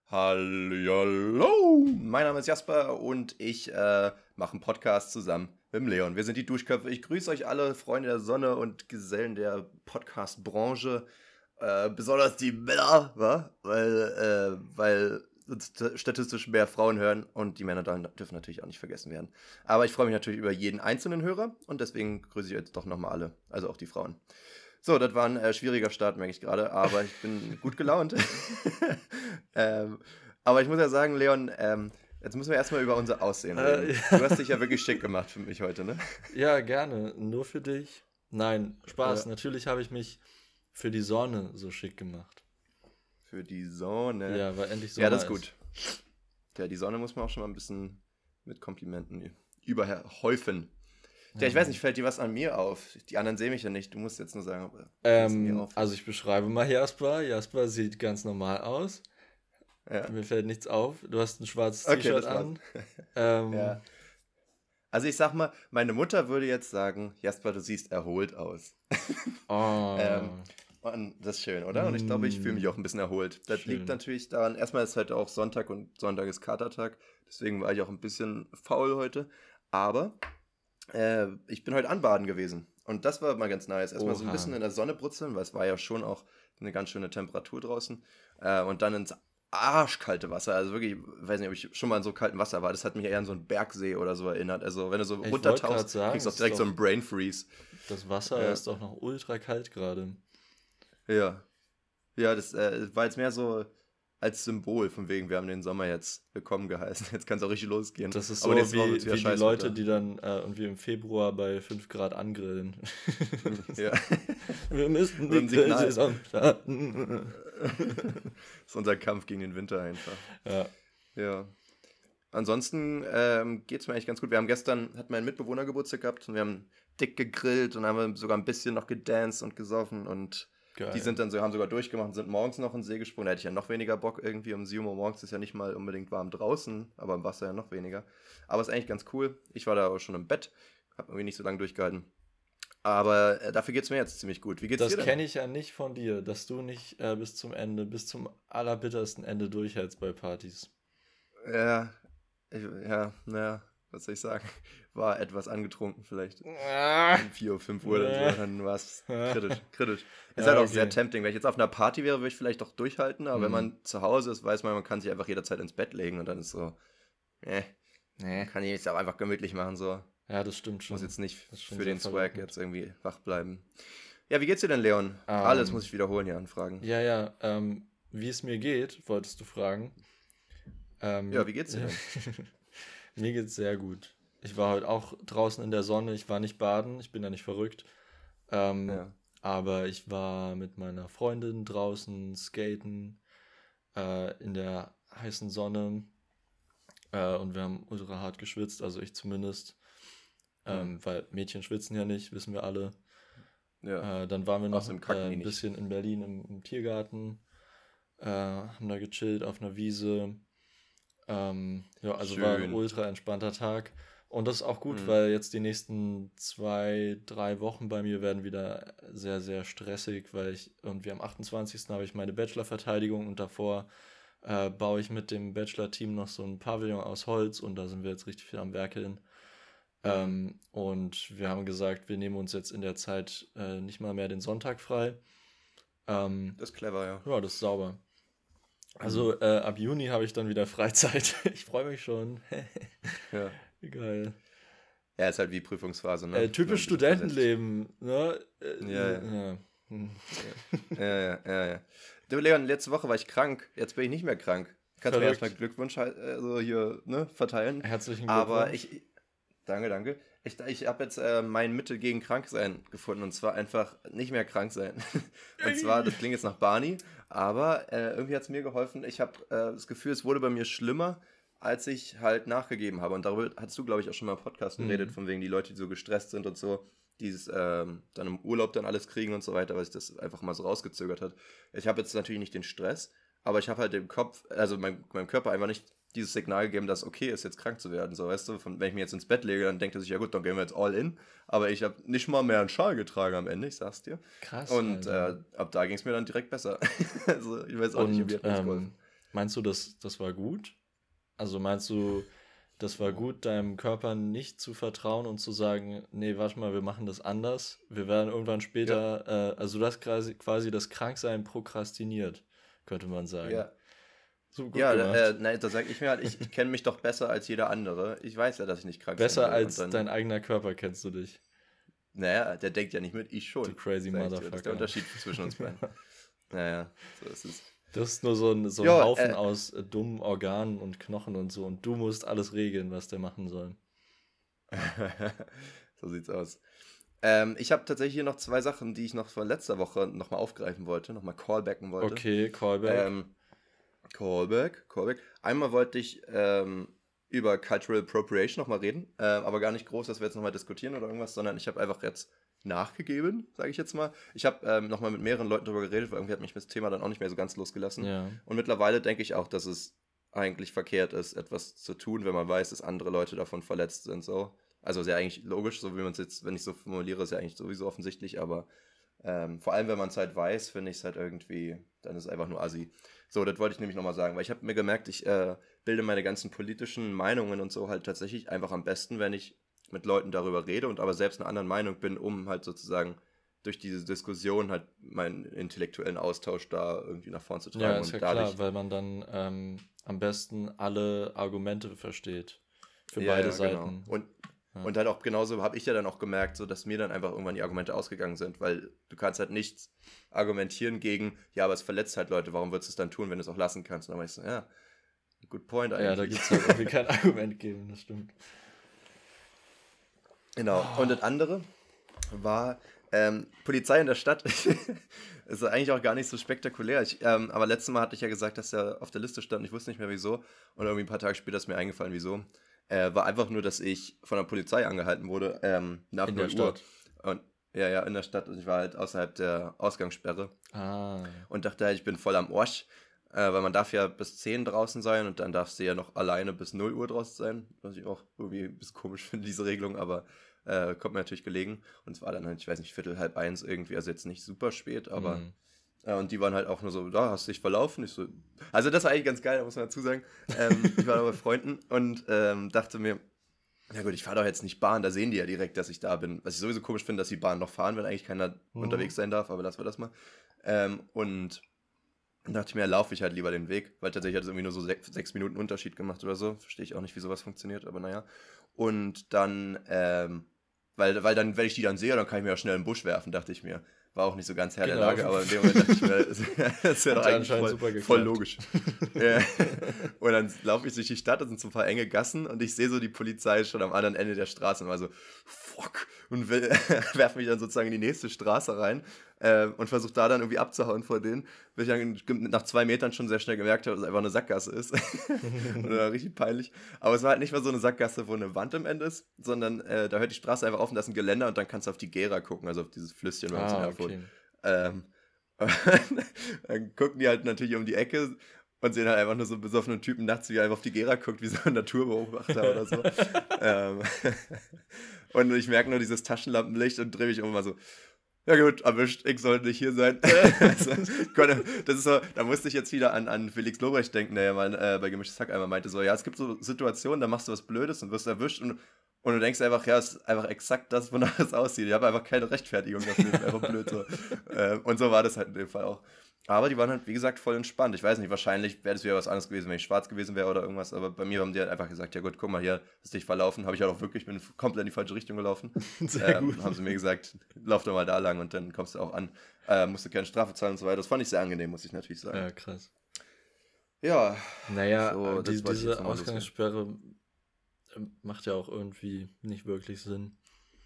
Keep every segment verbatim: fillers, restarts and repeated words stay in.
Hallo, mein Name ist Jasper und ich äh, mache einen Podcast zusammen mit dem Leon. Wir sind die Duschköpfe. Ich grüße euch alle, Freunde der Sonne und Gesellen der Podcast-Branche. Äh, besonders die Männer, wa? weil, äh, weil uns statistisch mehr Frauen hören und die Männer dürfen natürlich auch nicht vergessen werden. Aber ich freue mich natürlich über jeden einzelnen Hörer und deswegen grüße ich jetzt doch nochmal alle, also auch die Frauen. So, das war ein äh, schwieriger Start, merke ich gerade, aber ich bin gut gelaunt. ähm, aber ich muss ja sagen, Leon, ähm, jetzt müssen wir erstmal über unser Aussehen reden. Äh, ja. Du hast dich ja wirklich schick gemacht für mich heute, ne? Ja, gerne. Nur für dich. Nein, Spaß. Ja. Natürlich habe ich mich für die Sonne so schick gemacht. Für die Sonne. Ja, weil endlich Sommer Ja, das ist gut. Ja, die Sonne muss man auch schon mal ein bisschen mit Komplimenten überhäufen. Ja, ich weiß nicht, fällt dir was an mir auf? Die anderen sehen mich ja nicht, du musst jetzt nur sagen, ob was mir Ähm, auffällt. also ich beschreibe mal Jasper. Jasper sieht ganz normal aus. Ja. Mir fällt nichts auf. Du hast ein schwarzes Okay, T-Shirt das war's. an. Ähm, Ja. Also ich sag mal, meine Mutter würde jetzt sagen, Jasper, du siehst erholt aus. Oh, Ähm, Und das ist schön, oder? Und ich glaube, ich fühle mich auch ein bisschen erholt. Das Schön. liegt natürlich daran, erstmal ist heute auch Sonntag und Sonntag ist Katertag. Deswegen war ich auch ein bisschen faul heute. Aber äh, ich bin heute anbaden gewesen. Und das war mal ganz nice. Erstmal so ein Oha. bisschen in der Sonne brutzeln, weil es war ja schon auch eine ganz schöne Temperatur draußen. Äh, und dann ins arschkalte Wasser. Also wirklich, ich weiß nicht, ob ich schon mal in so kaltem Wasser war. Das hat mich eher an so einen Bergsee oder so erinnert. Also wenn du so Ich wollte runtertauchst, grad sagen, kriegst du auch es direkt ist so doch- einen Brain Freeze. das Wasser Ja. ist doch noch ultra kalt gerade. Ja. Ja, das äh, war jetzt mehr so als Symbol, von wegen, wir haben den Sommer jetzt willkommen geheißen. Jetzt kann es auch richtig losgehen. Das ist Aber so nächste Woche wie, wird's wieder wie die scheiß Leute, Wetter. die dann äh, irgendwie im Februar bei fünf Grad angrillen. Ja. Wir müssen So ein die Signal. Saison starten. Das ist unser Kampf gegen den Winter einfach. Ja. Ja. Ansonsten ähm, geht es mir eigentlich ganz gut. Wir haben gestern, hat mein Mitbewohner Geburtstag gehabt und wir haben dick gegrillt und haben sogar ein bisschen noch gedanced und gesoffen und Geil. die sind dann so, haben sogar durchgemacht und sind morgens noch in den See gesprungen. Da hätte ich ja noch weniger Bock irgendwie. Um sieben Uhr morgens ist ja nicht mal unbedingt warm draußen, aber im Wasser ja noch weniger. Aber ist eigentlich ganz cool. Ich war da auch schon im Bett, habe irgendwie nicht so lange durchgehalten. Aber äh, dafür geht es mir jetzt ziemlich gut. Wie geht's Das dir denn? kenne ich ja nicht von dir, dass du nicht äh, bis zum Ende, bis zum allerbittersten Ende durchhältst bei Partys. Ja, ich, ja, naja, was soll ich sagen? War etwas angetrunken vielleicht. Um vier Uhr, fünf Uhr oder so, dann war es kritisch, kritisch. Ist Ja, halt auch okay. sehr tempting. Wenn ich jetzt auf einer Party wäre, würde ich vielleicht doch durchhalten, aber wenn Mhm. man zu Hause ist, weiß man, man kann sich einfach jederzeit ins Bett legen und dann ist so, äh, Nee. kann ich jetzt auch einfach gemütlich machen, so. Ja, das stimmt schon. Muss jetzt nicht Das ist schon für sehr den Swag verlockend. jetzt irgendwie wach bleiben. Ja, wie geht's dir denn, Leon? Alles Ähm, muss ich wiederholen hier anfragen. Ja, ja, ähm, wie es mir geht, wolltest du fragen. Ähm, Ja, wie geht's dir denn? Mir geht's sehr gut. Ich war heute auch draußen in der Sonne. Ich war nicht baden, ich bin ja nicht verrückt. Ähm, Ja. Aber ich war mit meiner Freundin draußen skaten äh, in der heißen Sonne. Äh, und wir haben ultra hart geschwitzt, also ich zumindest. Ähm, Weil Mädchen schwitzen ja nicht, wissen wir alle. Ja. Äh, dann waren wir noch Außerdem äh, kacken die ein nicht. bisschen in Berlin im, im Tiergarten. Äh, haben da gechillt auf einer Wiese. Ähm, ja, also war ein Schön. ultra entspannter Tag. Und das ist auch gut, Mhm. weil jetzt die nächsten zwei, drei Wochen bei mir werden wieder sehr, sehr stressig, weil ich irgendwie am achtundzwanzigsten habe ich meine Bachelorverteidigung und davor äh, baue ich mit dem Bachelor-Team noch so ein Pavillon aus Holz und da sind wir jetzt richtig viel am Werkeln. Ähm, und wir haben gesagt, wir nehmen uns jetzt in der Zeit äh, nicht mal mehr den Sonntag frei. Ähm, Das ist clever, ja. ja, das ist sauber. Also äh, ab Juni habe ich dann wieder Freizeit. Ich freue mich schon. Ja. Geil. Ja, ist halt wie Prüfungsphase, ne? Äh, typisch Nur ein bisschen Studentenleben, ne? Äh, Ja, ja. ja. Hm. Ja, ja, ja, ja. Du, Leon, letzte Woche war ich krank. Jetzt bin ich nicht mehr krank. Kannst du mir Verrückt. erstmal Glückwunsch halt, äh, so hier ne, verteilen. Herzlichen Aber Glückwunsch. ich. Danke, danke. Ich, ich habe jetzt äh, mein Mittel gegen Kranksein gefunden. Und zwar einfach nicht mehr krank sein. Und zwar, das klingt jetzt nach Barney, aber äh, irgendwie hat es mir geholfen. Ich habe äh, das Gefühl, es wurde bei mir schlimmer, als ich halt nachgegeben habe. Und darüber hast du, glaube ich, auch schon mal im Podcast geredet, Mhm. von wegen die Leute, die so gestresst sind und so, dieses ähm, dann im Urlaub dann alles kriegen und so weiter, weil sich das einfach mal so rausgezögert hat. Ich habe jetzt natürlich nicht den Stress, aber ich habe halt dem Kopf, also mein, meinem Körper einfach nicht dieses Signal gegeben, dass okay ist, jetzt krank zu werden. So, weißt du, von, wenn ich mich jetzt ins Bett lege, dann denkt er sich, ja gut, dann gehen wir jetzt all in. Aber ich habe nicht mal mehr einen Schal getragen am Ende, ich sag's dir. Krass. Und Alter. äh, ab da ging es mir dann direkt besser. Also ich weiß auch nicht, wie Und hat mir das geholfen. ähm, meinst du, das, das war gut? Also meinst du, das war gut, deinem Körper nicht zu vertrauen und zu sagen, nee, warte mal, wir machen das anders. Wir werden irgendwann später, ja. äh, also du hast quasi, quasi das Kranksein prokrastiniert, könnte man sagen. Ja. So gut ja, gemacht. Äh, nein, da sage ich mir halt, ich, ich kenne mich doch besser als jeder andere. Ich weiß ja, dass ich nicht krank bin. Besser als dann, dein eigener Körper kennst du dich. Naja, der denkt ja nicht mit, ich schon. Du crazy Motherfucker. Das ist der Unterschied zwischen uns beiden. Naja, so ist es. Das ist nur so ein, so ein jo, Haufen äh, aus äh, dummen Organen und Knochen und so. Und du musst alles regeln, was der machen soll. So sieht's aus. Ähm, ich habe tatsächlich hier noch zwei Sachen, die ich noch von letzter Woche nochmal aufgreifen wollte, nochmal callbacken wollte. Okay, Callback. Ähm, Callback, Callback. Einmal wollte ich ähm, über Cultural Appropriation nochmal reden, äh, aber gar nicht groß, dass wir jetzt nochmal diskutieren oder irgendwas, sondern ich habe einfach jetzt nachgegeben, sage ich jetzt mal. Ich habe ähm, nochmal mit mehreren Leuten darüber geredet, weil irgendwie hat mich das Thema dann auch nicht mehr so ganz losgelassen. Ja. Und mittlerweile denke ich auch, dass es eigentlich verkehrt ist, etwas zu tun, wenn man weiß, dass andere Leute davon verletzt sind. So. Also ist ja eigentlich logisch, so wie man es jetzt, wenn ich so formuliere, ist ja eigentlich sowieso offensichtlich, aber ähm, vor allem, wenn man es halt weiß, finde ich es halt irgendwie, dann ist es einfach nur assi. So, das wollte ich nämlich nochmal sagen, weil ich habe mir gemerkt, ich äh, bilde meine ganzen politischen Meinungen und so halt tatsächlich einfach am besten, wenn ich mit Leuten darüber rede und aber selbst einer anderen Meinung bin, um halt sozusagen durch diese Diskussion halt meinen intellektuellen Austausch da irgendwie nach vorne zu tragen. Ja, ist und ja dadurch, klar, weil man dann ähm, am besten alle Argumente versteht für ja, beide ja, Seiten. Genau. Und, ja. und halt auch genauso habe ich ja dann auch gemerkt, so dass mir dann einfach irgendwann die Argumente ausgegangen sind, weil du kannst halt nichts argumentieren gegen, ja, aber es verletzt halt Leute, warum würdest du es dann tun, wenn du es auch lassen kannst? Und dann war ich so, ja, good point eigentlich. Ja, da gibt es halt irgendwie kein Argument geben, das stimmt. Genau. Und das andere war ähm, Polizei in der Stadt. Ist eigentlich auch gar nicht so spektakulär. Ich, ähm, aber letztes Mal hatte ich ja gesagt, dass er auf der Liste stand und ich wusste nicht mehr wieso. Und irgendwie ein paar Tage später ist mir eingefallen, wieso. Äh, war einfach nur, dass ich von der Polizei angehalten wurde ähm, nach in der der Stadt. Und ja, ja, in der Stadt. Und ich war halt außerhalb der Ausgangssperre. Ah. Und dachte halt, ich bin voll am Arsch. Äh, weil man darf ja bis zehn draußen sein und dann darfst du ja noch alleine bis null Uhr draußen sein. Was ich auch irgendwie ein bisschen komisch finde, diese Regelung, aber äh, kommt mir natürlich gelegen. Und es war dann halt, ich weiß nicht, Viertel, halb eins irgendwie, also jetzt nicht super spät, aber Mhm. äh, und die waren halt auch nur so, da hast du dich verlaufen. Ich so, also das war eigentlich ganz geil, da muss man dazu sagen. Ähm, ich war da bei Freunden und ähm, dachte mir, ja gut, ich fahre doch jetzt nicht Bahn, da sehen die ja direkt, dass ich da bin. Was ich sowieso komisch finde, dass die Bahn noch fahren, wenn eigentlich keiner Mhm. unterwegs sein darf, aber lassen wir das mal. Ähm, und dann dachte ich mir, laufe ich halt lieber den Weg, weil tatsächlich hat es irgendwie nur so sechs, sechs Minuten Unterschied gemacht oder so. Verstehe ich auch nicht, wie sowas funktioniert, aber naja. Und dann, ähm, weil, weil dann, wenn ich die dann sehe, dann kann ich mir ja schnell einen Busch werfen, dachte ich mir. War auch nicht so ganz Herr Genau. der Lage, aber in dem Moment dachte ich mir, das wäre doch Hat eigentlich anscheinend super voll, geklappt. voll logisch. Ja. Und dann laufe ich durch die Stadt, das sind so ein paar enge Gassen und ich sehe so die Polizei schon am anderen Ende der Straße und war so, fuck, und will, werfe mich dann sozusagen in die nächste Straße rein äh, und versuche da dann irgendwie abzuhauen vor denen, bis ich dann nach zwei Metern schon sehr schnell gemerkt habe, dass es einfach eine Sackgasse ist. Und das war richtig peinlich. Aber es war halt nicht mal so eine Sackgasse, wo eine Wand im Ende ist, sondern äh, da hört die Straße einfach auf und da ist ein Geländer und dann kannst du auf die Gera gucken, also auf dieses Flüsschen bei uns in Ah, Erfurt. okay. Ähm, dann gucken die halt natürlich um die Ecke und sehen halt einfach nur so einen besoffenen Typen nachts, wie er einfach auf die Gera guckt, wie so ein Naturbeobachter oder so. ähm, und ich merke nur dieses Taschenlampenlicht und drehe mich um und mal so, ja gut, erwischt, ich sollte nicht hier sein. Also, das ist so, da musste ich jetzt wieder an, an Felix Lobrecht denken, der ja mal äh, bei Gemischtes Hack einmal meinte so, ja, es gibt so Situationen, da machst du was Blödes und wirst erwischt und Und du denkst einfach, ja, es ist einfach exakt das, wonach es aussieht. Ich habe einfach keine Rechtfertigung dafür. Das ist einfach blöd so. ähm, und so war das halt in dem Fall auch. Aber die waren halt, wie gesagt, voll entspannt. Ich weiß nicht, wahrscheinlich wäre das wieder was anderes gewesen, wenn ich schwarz gewesen wäre oder irgendwas. Aber bei mir haben die halt einfach gesagt, ja gut, guck mal hier, hast dich verlaufen. Habe ich halt auch wirklich, bin komplett in die falsche Richtung gelaufen. Sehr ähm, gut. Haben sie mir gesagt, lauf doch mal da lang und dann kommst du auch an. Äh, musst du keine Strafe zahlen und so weiter. Das fand ich sehr angenehm, muss ich natürlich sagen. Ja, krass. Ja. Naja, So, das die, wollte ich jetzt diese noch mal loswerden. Ausgangssperre äh, macht ja auch irgendwie nicht wirklich Sinn.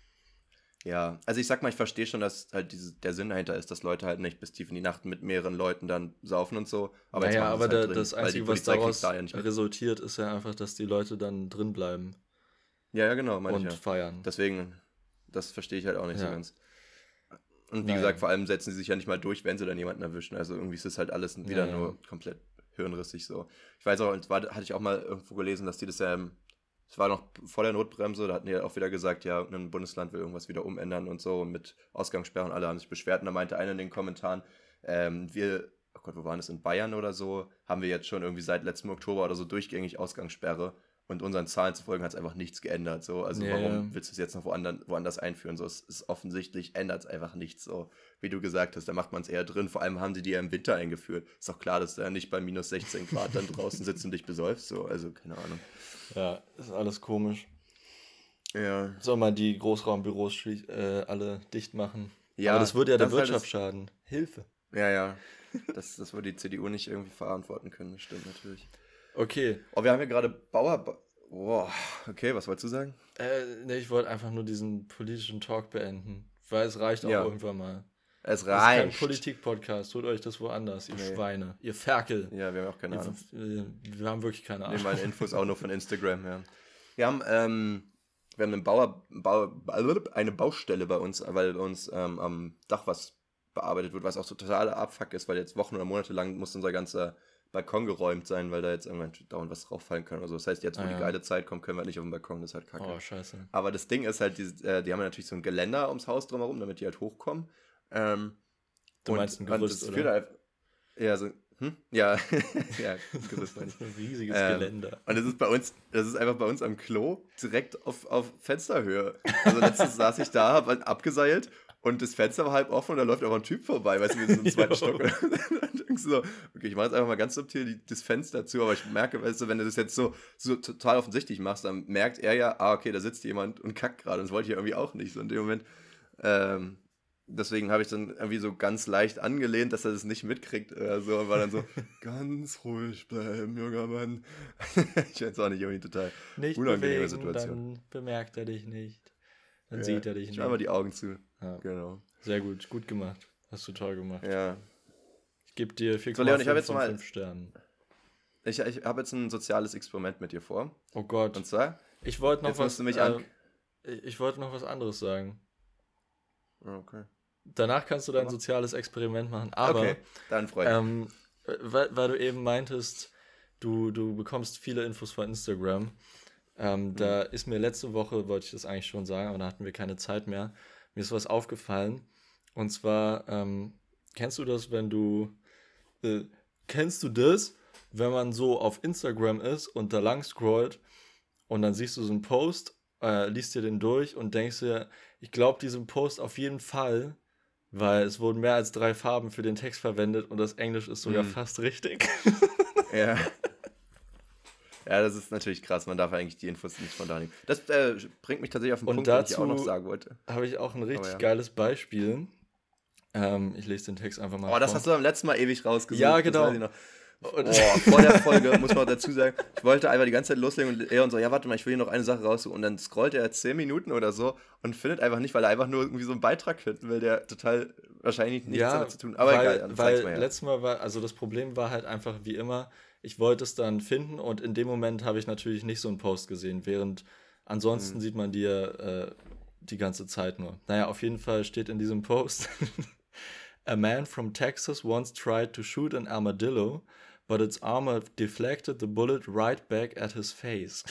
Ja, also ich sag mal, ich verstehe schon, dass halt diese, der Sinn dahinter ist, dass Leute halt nicht bis tief in die Nacht mit mehreren Leuten dann saufen und so. Aber jetzt naja, machen sie aber es halt da, drin, das weil die Einzige, was Polizei kriegt daraus da ja nicht mit. resultiert, ist ja einfach, dass die Leute dann drin bleiben Ja, ja, genau, meine und ich ja. feiern. Deswegen, das verstehe ich halt auch nicht so Ja. ganz. Und wie Naja. gesagt, vor allem setzen sie sich ja nicht mal durch, wenn sie dann jemanden erwischen. Also irgendwie ist das halt alles wieder Ja, ja. nur komplett hirnrissig so. Ich weiß auch, und zwar hatte ich auch mal irgendwo gelesen, dass die das ja, ähm, es war noch vor der Notbremse, da hatten die auch wieder gesagt, ja, ein Bundesland will irgendwas wieder umändern und so und mit Ausgangssperren, alle haben sich beschwert und da meinte einer in den Kommentaren, ähm, wir oh Gott, wo waren das, in Bayern oder so, haben wir jetzt schon irgendwie seit letztem Oktober oder so durchgängig Ausgangssperre. Und unseren Zahlen zu folgen hat es einfach nichts geändert. So. Also Ja, warum ja. willst du es jetzt noch woanders, woanders einführen? So, es ist offensichtlich, ändert es einfach nichts. So, wie du gesagt hast, da macht man es eher drin. Vor allem haben sie die ja im Winter eingeführt. Ist doch klar, dass du ja nicht bei minus sechzehn Grad dann draußen sitzt und dich besäufst. So. Also keine Ahnung. Ja, ist alles komisch. Ja. Soll man die Großraumbüros schli- äh, alle dicht machen? Ja, Aber das würde ja der das ist halt Wirtschaft das- schaden. Hilfe. Ja, ja. Das, das würde die C D U nicht irgendwie verantworten können. Das stimmt natürlich. Okay. Oh, wir haben hier gerade Bauer... Boah, okay, was wolltest du sagen? Äh, nee, ich wollte einfach nur diesen politischen Talk beenden. Weil es reicht auch Ja. irgendwann mal. Es Das ist kein reicht. Politik-Podcast. Holt euch das woanders, ihr Nee. Schweine. Ihr Ferkel. Ja, wir haben auch keine Ihr, Ahnung. äh, wir haben wirklich keine Nehmen Ahnung. meine Infos auch nur von Instagram, ja. Wir haben, ähm, wir haben einen Bauer, Bau, eine Baustelle bei uns, weil bei uns ähm, am Dach was bearbeitet wird, was auch so totaler Abfuck ist, weil jetzt Wochen oder Monate lang muss unser ganzer Balkon geräumt sein, weil da jetzt irgendwann dauernd was drauffallen kann oder so. Das heißt, jetzt, wo Ah, die ja. geile Zeit kommt, können wir nicht auf den Balkon, das ist halt kacke. Oh, scheiße. Aber das Ding ist halt, die, äh, die haben ja natürlich so ein Geländer ums Haus drumherum, damit die halt hochkommen. Ähm, Du meinst ein Gerüst, das oder? führt halt, ja, so, hm? Ja, ja, ein Gerüst meine ich. Ein riesiges Ähm, Geländer. Und das ist bei uns, das ist einfach bei uns am Klo direkt auf, auf Fensterhöhe. Also letztens saß ich da, hab halt abgeseilt und das Fenster war halb offen und da läuft einfach ein Typ vorbei, weißt du, wie so ein zweiten Jo. Stock. Und dann denkst du so, okay, ich mache jetzt einfach mal ganz subtil die, das Fenster zu, aber ich merke, weißt du, wenn du das jetzt so, so total offensichtlich machst, dann merkt er ja, ah, okay, da sitzt jemand und kackt gerade. Und das wollte ich ja irgendwie auch nicht so in dem Moment. Ähm, deswegen habe ich dann irgendwie so ganz leicht angelehnt, dass er das nicht mitkriegt oder so. Und war dann so, ganz ruhig bleiben, junger Mann. Ich finde es auch nicht irgendwie total Nicht unangenehme bewegen, Situation. dann bemerkt er dich nicht. Dann Ja, sieht er dich ich nicht. mach mal die Augen zu. Ja. Genau. Sehr gut, gut gemacht. Hast du toll gemacht. Ja. Ich gebe dir vier So, Leon, ich Komma hab fünf jetzt von mal- fünf Sternen. Ich, ich habe jetzt ein soziales Experiment mit dir vor. Oh Gott. Und zwar, Ich wollte noch jetzt was. musst du mich äh, an. ich ich wollte noch was anderes sagen. Okay. Danach kannst du dein Aber- soziales Experiment machen. Aber okay, dann freue ich mich. ähm, weil, weil du eben meintest, du, du bekommst viele Infos von Instagram. Ähm, Da ist mir letzte Woche, wollte ich das eigentlich schon sagen, aber da hatten wir keine Zeit mehr. Mir ist was aufgefallen. Und zwar, ähm, kennst du das, wenn du, äh, kennst du das, wenn man so auf Instagram ist und da lang scrollt und dann siehst du so einen Post, äh, liest dir den durch und denkst dir, ich glaube diesem Post auf jeden Fall, weil es wurden mehr als drei Farben für den Text verwendet und das Englisch ist sogar Mhm. fast richtig. Ja. Ja, das ist natürlich krass. Man darf eigentlich die Infos nicht von da nehmen. Das äh, bringt mich tatsächlich auf den Und Punkt, den ich auch dazu- noch sagen wollte. Habe ich auch ein richtig Oh ja. geiles Beispiel. Ähm, ich lese den Text einfach mal Oh, das vor. hast du beim letzten Mal ewig rausgesucht. Ja, das genau. weiß ich noch. Und- Oh, vor der Folge, muss man dazu sagen, ich wollte einfach die ganze Zeit loslegen und er und so, ja, warte mal, ich will hier noch eine Sache raussuchen. Und dann scrollt er zehn Minuten oder so und findet einfach nicht, weil er einfach nur irgendwie so einen Beitrag finden will, der total wahrscheinlich nichts ja, damit zu tun hat. Aber weil, egal, dann weil zeig's mal her. letztes Mal war, also das Problem war halt einfach wie immer, ich wollte es dann finden und in dem Moment habe ich natürlich nicht so einen Post gesehen, während ansonsten Mhm. sieht man die ja äh, die ganze Zeit nur. Naja, auf jeden Fall steht in diesem Post, a man from Texas once tried to shoot an armadillo, but its armor deflected the bullet right back at his face.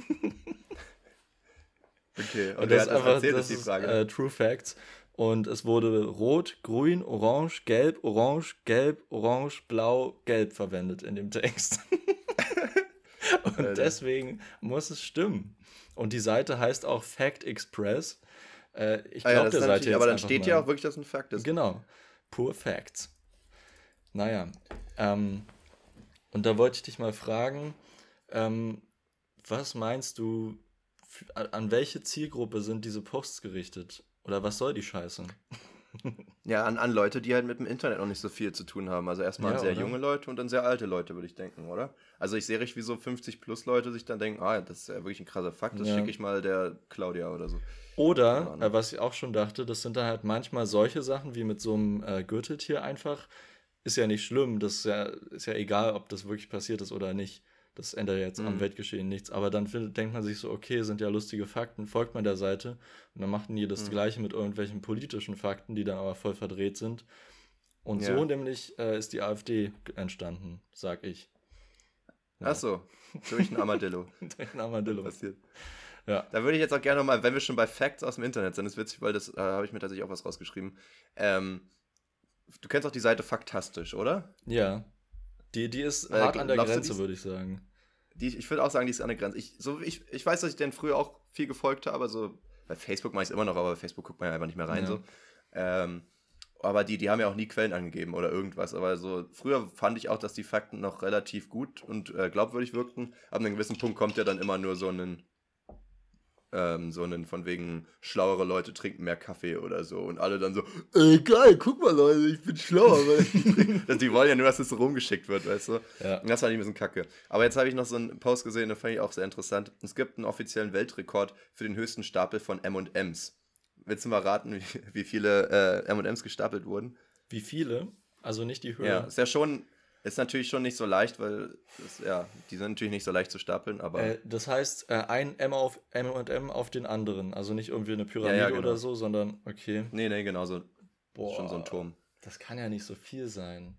Okay, und, Und wer das hat ist das einfach, erzählt, das ist die ist Frage. äh, True Facts. Und es wurde rot, grün, orange, gelb, orange, gelb, orange, blau, gelb verwendet in dem Text. Und Alter. deswegen muss es stimmen. Und die Seite heißt auch Fact Express. Äh, ich Ah ja, glaube das der ist Seite natürlich, jetzt aber dann einfach steht mal. ja auch wirklich, dass es ein Fakt ist. Genau. Pure Facts. Naja. Ähm, und da wollte ich dich mal fragen, ähm, was meinst du, f- an- an welche Zielgruppe sind diese Posts gerichtet? Oder was soll die Scheiße? Ja, an, an Leute, die halt mit dem Internet noch nicht so viel zu tun haben. Also erstmal Ja, an sehr oder? junge Leute und an sehr alte Leute, würde ich denken, oder? Also ich sehe richtig, wie so fünfzig-plus-Leute sich dann denken, ah, das ist ja wirklich ein krasser Fakt, das Ja. schicke ich mal der Claudia oder so. Keine Oder, Ahnung. äh, was ich auch schon dachte, das sind dann halt manchmal solche Sachen wie mit so einem äh, Gürteltier einfach. Ist ja nicht schlimm, das ist ja, ist ja egal, ob das wirklich passiert ist oder nicht. Das ändert ja jetzt am Mhm. Weltgeschehen nichts. Aber dann findet, denkt man sich so, okay, sind ja lustige Fakten, folgt man der Seite und dann machen die das Mhm. Gleiche mit irgendwelchen politischen Fakten, die dann aber voll verdreht sind. Und Ja. so nämlich äh, ist die AfD entstanden, sag ich. Ja. Ach so, durch ein Armadillo Durch ein Armadillo. passiert. Ja. Da würde ich jetzt auch gerne nochmal, wenn wir schon bei Facts aus dem Internet sind, das ist witzig, weil das äh, habe ich mir tatsächlich auch was rausgeschrieben. Ähm, du kennst auch die Seite Faktastisch, oder? Ja. Die, die ist Äh, hart an der glaubst du, Grenze, die ist- würde ich sagen. Die, ich würde auch sagen, die ist an der Grenze. Ich, so, ich, ich weiß, dass ich den früher auch viel gefolgt habe, also bei Facebook mache ich es immer noch, aber bei Facebook guckt man ja einfach nicht mehr rein. Ja. So. Ähm, aber die, die haben ja auch nie Quellen angegeben oder irgendwas. Aber so früher fand ich auch, dass die Fakten noch relativ gut und äh, glaubwürdig wirkten. Ab einem gewissen Punkt kommt ja dann immer nur so ein, ähm, so ein von wegen schlauere Leute trinken mehr Kaffee oder so. Und alle dann so, ey geil, guck mal Leute, ich bin schlauer. Weil ich trinke. Also die wollen ja nur, dass es so rumgeschickt wird, weißt du. Ja. Und das fand ich ein bisschen kacke. Aber jetzt habe ich noch so einen Post gesehen, den fand ich auch sehr interessant. Es gibt einen offiziellen Weltrekord für den höchsten Stapel von M und M's. Willst du mal raten, wie, wie viele äh, M und M's gestapelt wurden? Wie viele? Also nicht die Höhe. Ja, ist ja schon, ist natürlich schon nicht so leicht, weil, das, ja, die sind natürlich nicht so leicht zu stapeln, aber Äh, das heißt, äh, ein M auf M und M auf den anderen. Also nicht irgendwie eine Pyramide Ja, ja, genau. oder so, sondern, okay. nee, nee, genau so. Boah, Schon so ein Turm. das kann ja nicht so viel sein.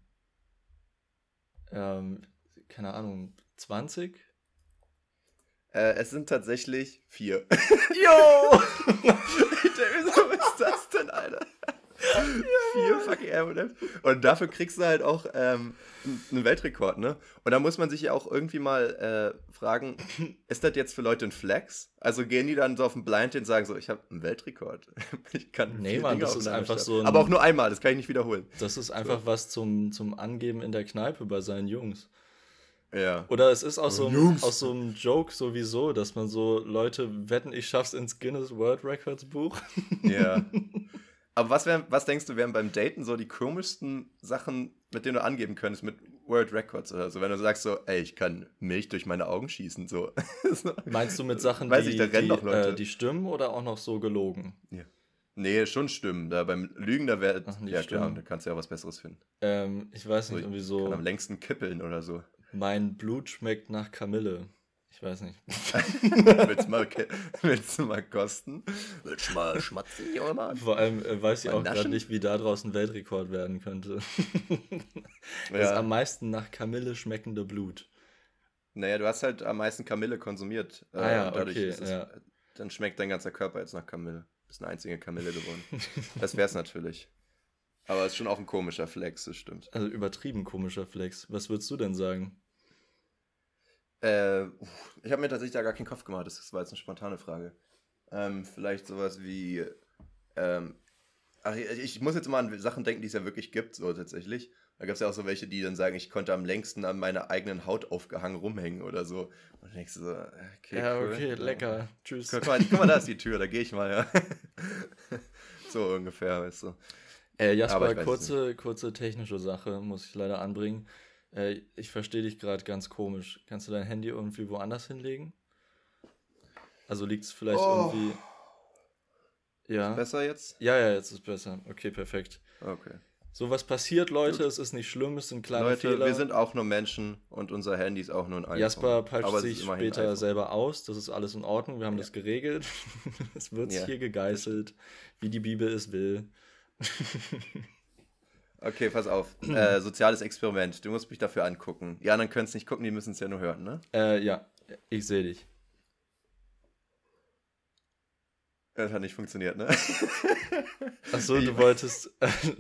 Ähm, keine Ahnung, zwanzig? Äh, es sind tatsächlich vier. Jo! Wieso ist das denn, Alter? Vier fucking M und M's. Und dafür kriegst du halt auch ähm, einen Weltrekord, ne? Und da muss man sich ja auch irgendwie mal äh, fragen, ist das jetzt für Leute ein Flex? Also gehen die dann so auf den Blind und sagen so, ich habe einen Weltrekord. Ich kann Nee, vier Mann, Dinge das ist aufeinander einfach stapeln. so ein- Aber auch nur einmal, das kann ich nicht wiederholen. Das ist einfach was zum, zum Angeben in der Kneipe bei seinen Jungs. Ja. Oder es ist aus so, einem, Jungs. aus so einem Joke sowieso, dass man so Leute wetten, ich schaff's ins Guinness World Records Buch. Ja. Aber was, wär, was denkst du, wären beim Daten so die komischsten Sachen, mit denen du angeben könntest, mit World Records oder so? Wenn du sagst so, ey, ich kann Milch durch meine Augen schießen, so. So. Meinst du mit Sachen, Weiß die, ich, da rennen die, doch Leute. äh, die stimmen oder auch noch so gelogen? Ja. Nee, schon stimmen. Da beim Lügen, da wäre. Ach, nicht Ja, klar, stimmen. da kannst du ja was Besseres finden. Ähm, ich weiß So, nicht, irgendwie Kann so, am längsten kippeln oder so. mein Blut schmeckt nach Kamille. Ich weiß nicht. willst, du mal, ke- willst du mal kosten? Willst du mal schmatzen, junge Mann? Vor allem äh, weiß ich Mal auch gerade naschen? nicht, wie da draußen ein Weltrekord werden könnte. Das Ja. am meisten nach Kamille schmeckende Blut. Naja, du hast halt am meisten Kamille konsumiert. Äh, Ah ja, und dadurch okay, ist es, ja. Dann schmeckt dein ganzer Körper jetzt nach Kamille. Bist eine einzige Kamille geworden. Das wär's natürlich. Aber es ist schon auch ein komischer Flex, das stimmt. Also übertrieben komischer Flex. Was würdest du denn sagen? Äh, uff, ich habe mir tatsächlich da gar keinen Kopf gemacht. Das war jetzt eine spontane Frage. Ähm, vielleicht sowas wie. Ähm, ach, ich, ich muss jetzt mal an Sachen denken, die es ja wirklich gibt, so tatsächlich. Da gab es ja auch so welche, die dann sagen, ich konnte am längsten an meiner eigenen Haut aufgehangen rumhängen oder so. Und dann denkst du so, okay, ja, cool. okay, lecker. Tschüss. Guck mal, guck mal, da ist die Tür, da gehe ich mal, ja. So ungefähr, weißt du. Äh, Aber Jasper, ich weiß kurze, kurze technische Sache muss ich leider anbringen. Äh, ich verstehe dich gerade ganz komisch. Kannst du dein Handy irgendwie woanders hinlegen? Also liegt es vielleicht Oh. irgendwie... Ja. Besser jetzt? Ja, ja, jetzt ist besser. Okay, perfekt. Okay. So, was passiert, Leute? Gut. Es ist nicht schlimm, es sind kleine Leute, Fehler. wir sind auch nur Menschen und unser Handy ist auch nur ein iPhone. Jasper peitscht Aber es sich ist immerhin ein später iPhone. selber aus. Das ist alles in Ordnung. Wir haben Ja. das geregelt. Es wird Ja. hier gegeißelt, wie die Bibel es will. Okay, pass auf. äh, soziales Experiment. Du musst mich dafür angucken. Die anderen können es nicht gucken, die müssen es ja nur hören, ne? Äh, ja, ich sehe dich. Das hat nicht funktioniert, ne? Achso, Ich- du wolltest.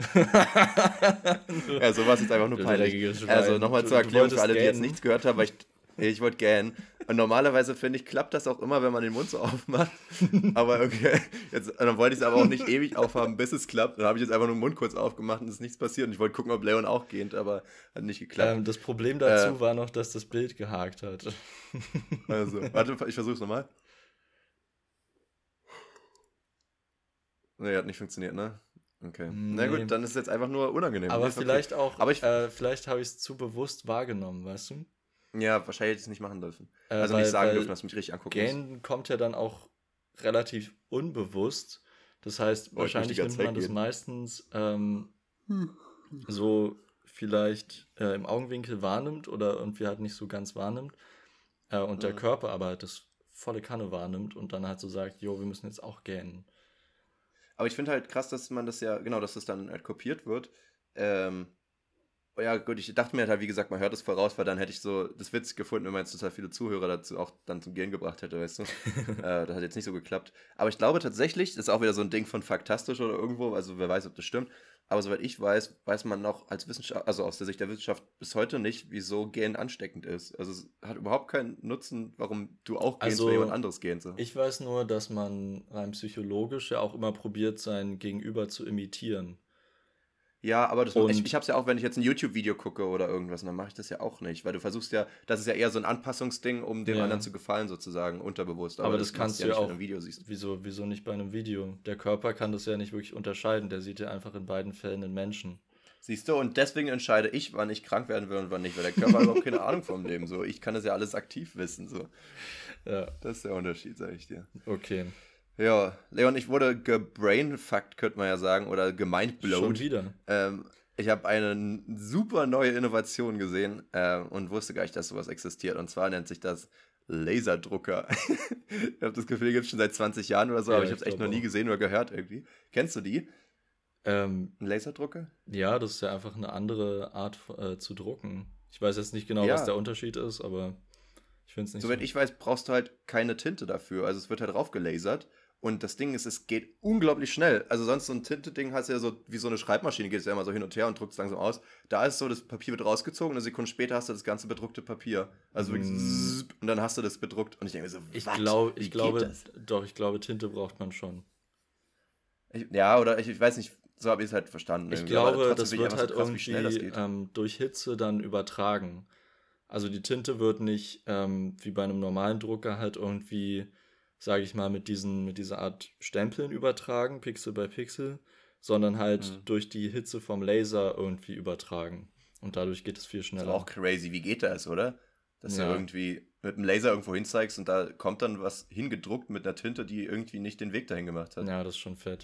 Ja, sowas ist einfach nur Du peinlich. dreckiges Schwein. Also nochmal Du- zur du Erklärung wolltest für alle, die jetzt gähnen. nichts gehört haben, weil ich, ich wollte gähnen. Und normalerweise, finde ich, klappt das auch immer, wenn man den Mund so aufmacht. Aber okay, jetzt, dann wollte ich es aber auch nicht ewig aufhaben, bis es klappt. Dann habe ich jetzt einfach nur den Mund kurz aufgemacht und es ist nichts passiert. Und ich wollte gucken, ob Leon auch gähnt, aber hat nicht geklappt. Ähm, das Problem dazu Äh. war noch, dass das Bild gehakt hat. Also, warte, ich versuch's nochmal. Nee, hat nicht funktioniert, ne? Okay. Na Nee. gut, dann ist es jetzt einfach nur unangenehm. Aber Ist okay. vielleicht auch, Aber ich- äh, vielleicht habe ich es zu bewusst wahrgenommen, weißt du? Ja, wahrscheinlich hätte ich es nicht machen dürfen. Äh, Also weil- nicht sagen weil dürfen, dass du mich richtig angucken musst. Gähnen kommt ja dann auch relativ unbewusst. Das heißt, Boah, ich wahrscheinlich möchte die nimmt ganze man Zeit das gehen. meistens ähm, so vielleicht äh, im Augenwinkel wahrnimmt oder irgendwie halt nicht so ganz wahrnimmt. Äh, und der Mhm. Körper aber halt das volle Kanne wahrnimmt und dann halt so sagt, jo, wir müssen jetzt auch gähnen. Aber ich finde halt krass, dass man das ja, genau, dass das dann halt kopiert wird. Ähm, ja gut, ich dachte mir halt, wie gesagt, man hört es voraus, weil dann hätte ich so das witzig gefunden, wenn man jetzt total viele Zuhörer dazu auch dann zum Gehen gebracht hätte, weißt du. äh, das hat jetzt nicht so geklappt. Aber ich glaube tatsächlich, das ist auch wieder so ein Ding von faktastisch oder irgendwo, also wer weiß, ob das stimmt. Aber soweit ich weiß, weiß man noch als Wissenschaft, also aus der Sicht der Wissenschaft bis heute nicht, wieso Gehen ansteckend ist. Also es hat überhaupt keinen Nutzen, warum du auch gehst, Also, wenn jemand anderes gehen soll. ich weiß nur, dass man rein psychologisch ja auch immer probiert, sein Gegenüber zu imitieren. Ja, aber das, ich, Und ich habe es ja auch, wenn ich jetzt ein YouTube-Video gucke oder irgendwas, dann mache ich das ja auch nicht, weil du versuchst ja, das ist ja eher so ein Anpassungsding, um dem anderen ja, zu gefallen sozusagen, unterbewusst, aber aber das das machst kannst du du ja ja nicht, wenn du ein auch, Video siehst. wieso, wieso nicht bei einem Video? Der Körper kann das ja nicht wirklich unterscheiden, der sieht ja einfach in beiden Fällen den Menschen. Siehst du, und deswegen entscheide ich, wann ich krank werden will und wann nicht, weil der Körper hat überhaupt keine Ahnung vom Leben, so. Ich kann das ja alles aktiv wissen, so. Ja, Das ist der Unterschied, sag ich dir. okay. Ja, Leon, ich wurde gebrainfuckt, könnte man ja sagen, oder Schon gemindblowed. wieder. Ähm, ich habe eine n- super neue Innovation gesehen äh, und wusste gar nicht, dass sowas existiert. Und zwar nennt sich das Laserdrucker. Ich habe das Gefühl, die gibt es schon seit zwanzig Jahren oder so, aber Ja, ich ich habe es echt glaube noch nie auch. gesehen oder gehört irgendwie. Kennst du die? Ähm, Ein Laserdrucker? ja, das ist ja einfach eine andere Art äh, zu drucken. Ich weiß jetzt nicht genau, was der Ja, Unterschied ist, aber ich finde es nicht soweit so. ich weiß, brauchst du halt keine Tinte dafür. Also es wird halt drauf gelasert. Und das Ding ist, es geht unglaublich schnell. Also sonst so ein Tinte-Ding hast du ja so, wie so eine Schreibmaschine, geht es ja immer so hin und her und druckt es langsam aus. Da ist es so, das Papier wird rausgezogen und eine Sekunde später hast du das ganze bedruckte Papier. Also wirklich Hm, zzzz, und dann hast du das bedruckt. Und ich denke mir so, Ich was? glaube, Wie ich geht glaube, das? doch, ich glaube, Tinte braucht man schon. Ich, ja, oder ich, ich weiß nicht, so habe ich es halt verstanden Ich irgendwie. Aber glaube, trotzdem das finde ich wird einfach so halt krass, wie schnell das irgendwie geht. ähm, durch Hitze dann übertragen. Also die Tinte wird nicht ähm, wie bei einem normalen Drucker halt irgendwie, sage ich mal, mit diesen, mit dieser Art Stempeln übertragen, Pixel bei Pixel, sondern halt Hm. durch die Hitze vom Laser irgendwie übertragen. Und dadurch geht es viel Das ist aber auch schneller. crazy. Wie geht das, oder? Dass du Ja, irgendwie mit einem Laser irgendwo hinzeigst und da kommt dann was hingedruckt mit einer Tinte, die irgendwie nicht den Weg dahin gemacht hat. ja, das ist schon fett.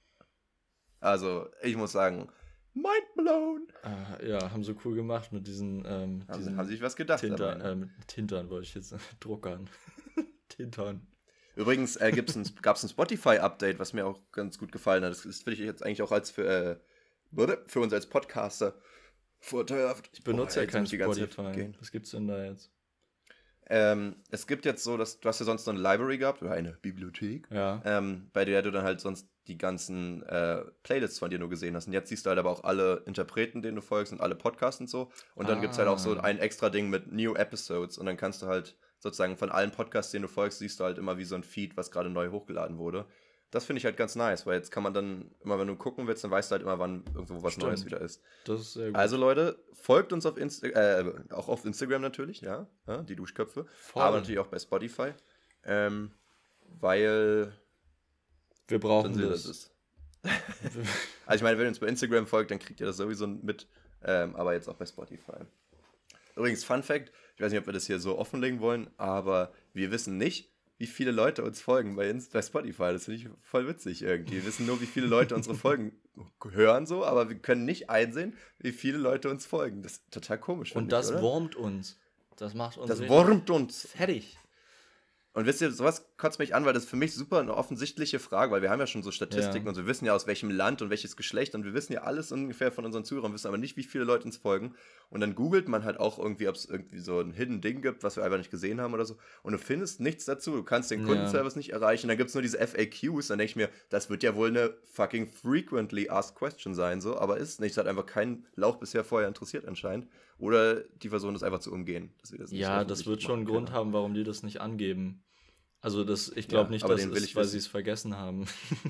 Also, ich muss sagen, mind blown. Ah, ja, haben so cool gemacht mit diesen, ähm, Haben, sie- haben diesen sich was gedacht dabei, Tinter, ne? äh, mit Tintern wollte ich jetzt, Druckern. Tintern. Übrigens äh, gibt's ein, gab es ein Spotify-Update, was mir auch ganz gut gefallen hat. Das, das finde ich jetzt eigentlich auch als für, äh, würde- für uns als Podcaster vorteilhaft. Ich Boah, benutze ja jetzt kein muss ich die ganze Zeit Spotify. gehen. Was gibt's denn da jetzt? Ähm, es gibt jetzt so, dass du hast ja sonst noch eine Library gehabt oder eine Bibliothek, Ja. ähm, bei der du dann halt sonst die ganzen äh, Playlists von dir nur gesehen hast. Und jetzt siehst du halt aber auch alle Interpreten, denen du folgst und alle Podcasts und so. Und dann gibt es halt auch so Ah, ein extra Ding mit New Episodes und dann kannst du halt sozusagen von allen Podcasts, denen du folgst, siehst du halt immer wie so ein Feed, was gerade neu hochgeladen wurde. Das finde ich halt ganz nice, weil jetzt kann man dann, immer wenn du gucken willst, dann weißt du halt immer, wann irgendwo was Neues stimmt. wieder ist. Das ist sehr Also gut. Leute, folgt uns auf Insta äh, auch auf Instagram natürlich, ja, ja, die Duschköpfe, aber Voll. natürlich auch bei Spotify, ähm, weil Wir dann brauchen seht ihr das das. ist. Also ich meine, wenn ihr uns bei Instagram folgt, dann kriegt ihr das sowieso mit, ähm, aber jetzt auch bei Spotify. Übrigens, Fun Fact, ich weiß nicht, ob wir das hier so offenlegen wollen, aber wir wissen nicht, wie viele Leute uns folgen bei, Inst bei Spotify. Das finde ich voll witzig irgendwie. Wir wissen nur, wie viele Leute unsere Folgen hören so, aber wir können nicht einsehen, wie viele Leute uns folgen. Das ist total komisch, Und finde ich, das oder? wurmt uns. Das macht uns Das richtig wurmt uns. fertig. Und wisst ihr, sowas kotzt mich an, weil das für mich super eine offensichtliche Frage, weil wir haben ja schon so Statistiken Ja. und so, wir wissen ja aus welchem Land und welches Geschlecht und wir wissen ja alles ungefähr von unseren Zuhörern, wissen aber nicht, wie viele Leute uns folgen. Und dann googelt man halt auch irgendwie, ob es irgendwie so ein Hidden Ding gibt, was wir einfach nicht gesehen haben oder so. Und du findest nichts dazu. Du kannst den Ja. Kundenservice nicht erreichen. Dann gibt es nur diese F A Qs. Dann denke ich mir, das wird ja wohl eine fucking frequently asked question sein, so. Aber ist nicht. Es hat einfach kein Lauch bisher vorher interessiert anscheinend. Oder die versuchen das einfach zu umgehen. Dass wir das nicht Ja, das offensichtlich wird schon einen machen Grund können. haben, warum die das nicht angeben. Also das, ich glaube Ja, nicht, aber dass den will es, ich weil sie wissen. es vergessen haben.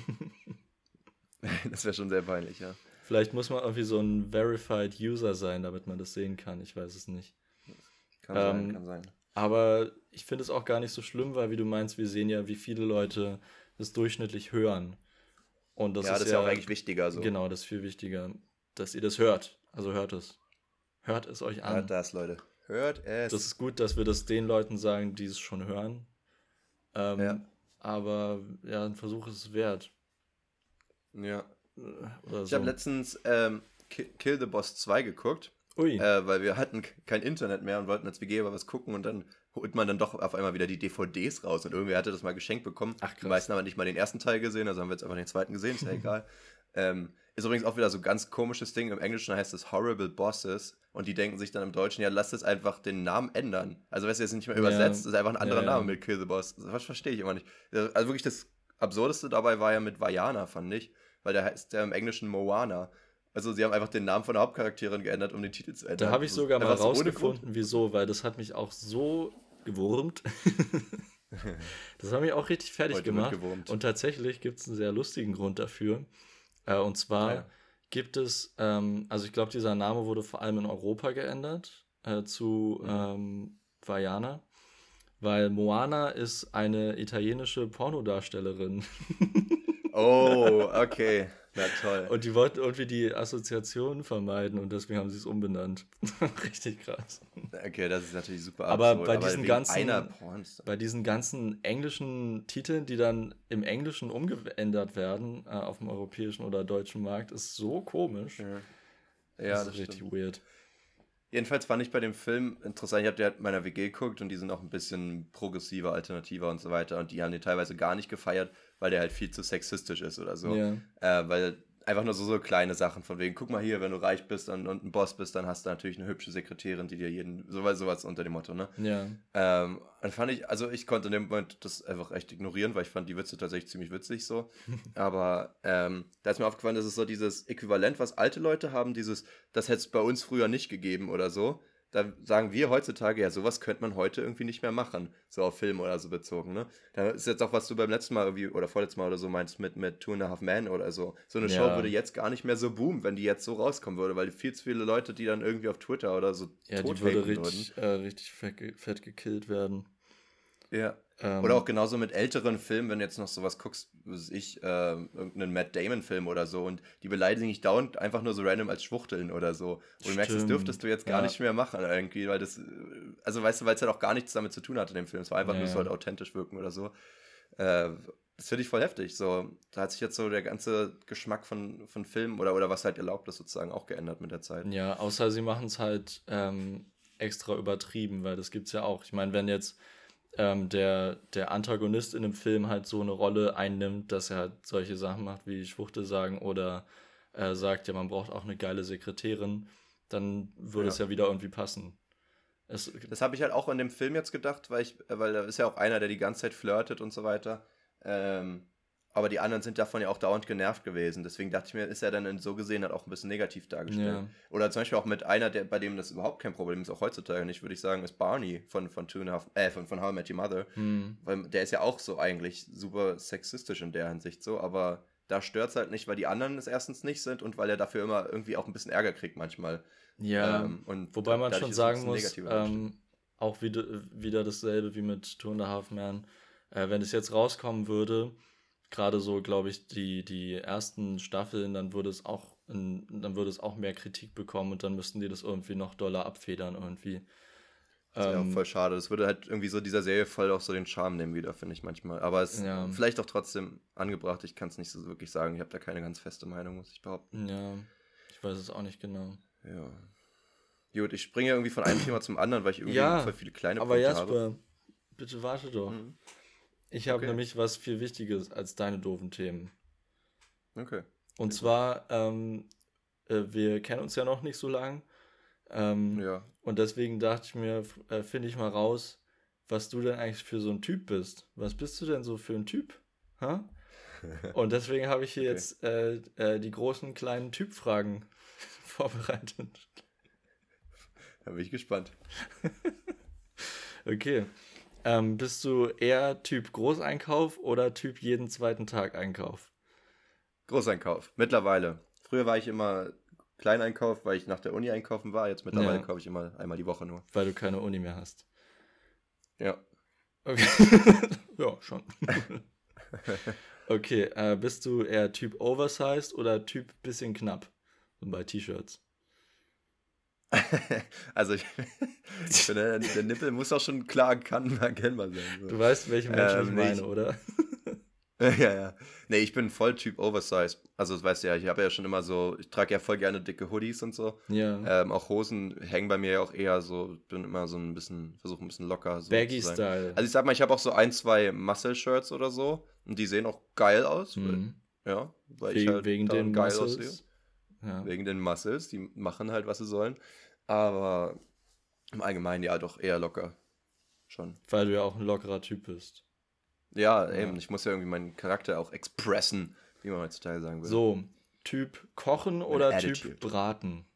Das wäre schon sehr peinlich, ja. Vielleicht muss man irgendwie so ein Verified User sein, damit man das sehen kann. Ich weiß es nicht. Kann sein, Ähm, kann sein. aber ich finde es auch gar nicht so schlimm, weil wie du meinst, wir sehen ja, wie viele Leute das durchschnittlich hören. Und das Ja, ist das ist ja auch ja, eigentlich wichtiger so. genau, das ist viel wichtiger, dass ihr das hört. Also hört es. Hört es euch an. Hört das, Leute. Hört es. Das ist gut, dass wir das den Leuten sagen, die es schon hören. Ähm, Ja. Aber ja, ein Versuch ist es wert. Ja. Äh, Oder Ich so. habe letztens ähm, Ki- Kill the Boss zwei geguckt, Ui. äh, weil wir hatten k- kein Internet mehr und wollten als W G aber was gucken und dann holt man dann doch auf einmal wieder die D V Ds raus und irgendwer hatte das mal geschenkt bekommen. Ach, Die krass. meisten haben nicht mal den ersten Teil gesehen, also haben wir jetzt einfach den zweiten gesehen, ist ja egal. Ähm, Ist übrigens auch wieder so ein ganz komisches Ding. Im Englischen heißt es Horrible Bosses. Und die denken sich dann im Deutschen, ja, lass es einfach den Namen ändern. Also, weißt du, jetzt nicht mehr übersetzt, Ja, ist einfach ein anderer ja, ja. Name mit Kill the Boss. Das verstehe ich immer nicht. Also wirklich das Absurdeste dabei war ja mit Vajana, fand ich. Weil der heißt ja im Englischen Moana. Also, sie haben einfach den Namen von der Hauptcharakterin geändert, um den Titel zu ändern. Da habe ich Das ist sogar mal einfach so ohne rausgefunden, wieso, weil das hat mich auch so gewurmt. Das hat mich auch richtig fertig Heute wird gemacht. gewurmt. Und tatsächlich gibt es einen sehr lustigen Grund dafür. Äh, und zwar Ja. gibt es, ähm, also ich glaube, dieser Name wurde vor allem in Europa geändert äh, zu Mhm. ähm, Vajana, weil Moana ist eine italienische Pornodarstellerin. Oh, okay. Na toll. Und die wollten irgendwie die Assoziationen vermeiden und deswegen haben sie es umbenannt. Richtig krass. Okay, das ist natürlich super Aber absurd. bei diesen wegen ganzen- einer Pornstar. Bei diesen ganzen englischen Titeln, die dann im Englischen umgeändert werden, äh, auf dem europäischen oder deutschen Markt, ist so komisch. Ja, das ja ist das richtig stimmt. weird. Jedenfalls fand ich bei dem Film interessant, ich habe den halt in meiner W G geguckt und die sind auch ein bisschen progressiver, alternativer und so weiter und die haben den teilweise gar nicht gefeiert, weil der halt viel zu sexistisch ist oder so. Ja. Äh, weil einfach nur so, so kleine Sachen von wegen, guck mal hier, wenn du reich bist und, und ein Boss bist, dann hast du natürlich eine hübsche Sekretärin, die dir jeden, sowas, sowas unter dem Motto, ne? Ja. Ähm, dann fand ich, also ich konnte in dem Moment das einfach echt ignorieren, weil ich fand die Witze tatsächlich ziemlich witzig so. Aber ähm, da ist mir aufgefallen, dass es so dieses Äquivalent, was alte Leute haben, dieses, das hätte es bei uns früher nicht gegeben oder so. Da sagen wir heutzutage, ja, sowas könnte man heute irgendwie nicht mehr machen, so auf Film oder so bezogen, ne? Da ist jetzt auch, was du beim letzten Mal irgendwie, oder vorletzten Mal oder so meinst, mit, mit Two and a Half Men oder so. So eine Show Ja. würde jetzt gar nicht mehr so boomen, wenn die jetzt so rauskommen würde, weil viel zu viele Leute, die dann irgendwie auf Twitter oder so Ja, die tot würde haten würden. richtig, äh, richtig fett, ge- fett gekillt werden. Ja. Ähm, Oder auch genauso mit älteren Filmen, wenn du jetzt noch sowas guckst, was weiß ich, äh, irgendeinen Matt Damon-Film oder so und die beleidigen dich dauernd einfach nur so random als Schwuchteln oder so. Und du merkst, das Stimmt, dürftest du jetzt gar ja. nicht mehr machen irgendwie, weil das, äh, also weißt du, weil es halt auch gar nichts damit zu tun hatte in dem Film. Es war einfach Ja, nur, es ja. sollte authentisch wirken oder so. Äh, das finde ich voll heftig. So, da hat sich jetzt so der ganze Geschmack von, von Filmen oder, oder was halt erlaubt ist, sozusagen auch geändert mit der Zeit. Ja, außer sie machen es halt ähm, extra übertrieben, weil das gibt's ja auch. Ich meine, wenn jetzt ähm, der, der Antagonist in einem Film halt so eine Rolle einnimmt, dass er halt solche Sachen macht, wie Schwuchtel sagen, oder äh, sagt, ja, man braucht auch eine geile Sekretärin, dann würde Ja. es ja wieder irgendwie passen. Es, Das habe ich halt auch in dem Film jetzt gedacht, weil ich, weil da ist ja auch einer, der die ganze Zeit flirtet und so weiter. Ähm, aber die anderen sind davon ja auch dauernd genervt gewesen. Deswegen dachte ich mir, ist er dann in so gesehen halt auch ein bisschen negativ dargestellt. Ja. Oder zum Beispiel auch mit einer, der, bei dem das überhaupt kein Problem ist, auch heutzutage nicht, würde ich sagen, ist Barney von, von, Two and a Half, äh, von, von How I Met Your Mother. hm, Weil der ist ja auch so eigentlich super sexistisch in der Hinsicht so, aber da stört es halt nicht, weil die anderen es erstens nicht sind und weil er dafür immer irgendwie auch ein bisschen Ärger kriegt manchmal. ja, Ähm, und wobei da- man dadurch schon ist es ein sagen bisschen muss, negativer dargestellt. ähm, auch wieder, wieder dasselbe wie mit Two and a Half Men. Äh, wenn es jetzt rauskommen würde, gerade so, glaube ich, die, die ersten Staffeln, dann würde es auch in, dann würde es auch mehr Kritik bekommen und dann müssten die das irgendwie noch doller abfedern irgendwie. Das wäre Ähm, auch voll schade. Das würde halt irgendwie so dieser Serie voll auch so den Charme nehmen wieder, finde ich manchmal. Aber es ist Ja. vielleicht auch trotzdem angebracht. Ich kann es nicht so wirklich sagen. Ich habe da keine ganz feste Meinung, muss ich behaupten. ja, ich weiß es auch nicht genau. Ja. Gut, ich springe irgendwie von einem Thema zum anderen, weil ich irgendwie Ja, voll viele kleine Aber Punkte habe. Jasper, bitte warte doch. Mhm. Ich habe Okay. nämlich was viel Wichtiges als deine doofen Themen. Okay. Und zwar, ähm, äh, wir kennen uns ja noch nicht so lang. Ähm, Ja. Und deswegen dachte ich mir, f- äh, finde ich mal raus, was du denn eigentlich für so ein Typ bist. Was bist du denn so für ein Typ? Ha? Und deswegen habe ich hier Okay. jetzt äh, äh, die großen kleinen Typfragen vorbereitet. Da bin ich gespannt. Okay. Ähm, bist du eher Typ Großeinkauf oder Typ jeden zweiten Tag Einkauf? Großeinkauf. Mittlerweile. Früher war ich immer Kleineinkauf, weil ich nach der Uni einkaufen war. Jetzt mittlerweile Ja. kaufe ich immer einmal die Woche nur. Weil du keine Uni mehr hast. Ja. Okay. Ja, schon. Okay, äh, bist du eher Typ Oversized oder Typ bisschen knapp? So bei T-Shirts. Also ich, ich finde, der Nippel muss auch schon klar kann, erkennbar sein. So. Du weißt, welche Menschen Ähm, ich nee, meine, ich- oder? Ja, ja. Nee, ich bin voll Typ Oversize. Also, das weißt du ja, ich habe ja schon immer so, ich trage ja voll gerne dicke Hoodies und so. Ja. Ähm, auch Hosen hängen bei mir ja auch eher so, ich bin immer so ein bisschen, versuche ein bisschen locker so zu sein. Baggy-Style. Also ich sag mal, ich habe auch so ein, zwei Muscle-Shirts oder so und die sehen auch geil aus. Mhm. Ja, weil wegen, ich halt wegen den geil Muscles. aussehe. Ja. Wegen den Muscles, die machen halt, was sie sollen. Aber im Allgemeinen ja doch eher locker. Schon. Weil du ja auch ein lockerer Typ bist. Ja, Ja. eben, ich muss ja irgendwie meinen Charakter auch expressen, wie man heutzutage sagen würde. So, Typ Kochen Meine oder Attitude. Typ Braten?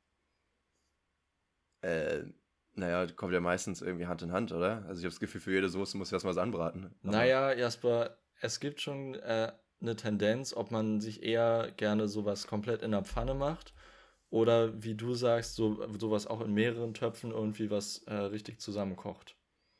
Äh, naja, kommt ja meistens irgendwie Hand in Hand, oder? Also ich habe das Gefühl, für jede Soße muss ich erstmal was anbraten. Aber Naja, Jasper, es gibt schon äh, eine Tendenz, ob man sich eher gerne sowas komplett in der Pfanne macht oder wie du sagst, so, sowas auch in mehreren Töpfen irgendwie was äh, richtig zusammenkocht.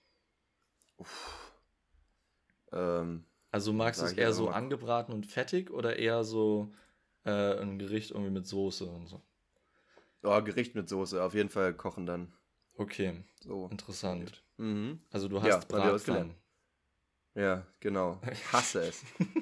ähm, Also magst du sag es ich eher einfach so mal, angebraten und fettig oder eher so äh, ein Gericht irgendwie mit Soße und so? oh, Gericht mit Soße, auf jeden Fall kochen dann. Okay, So. interessant. Mhm. Also du Ja, hast hab ich was gelernt. Bratpfannen. Ja, genau. Ich hasse es.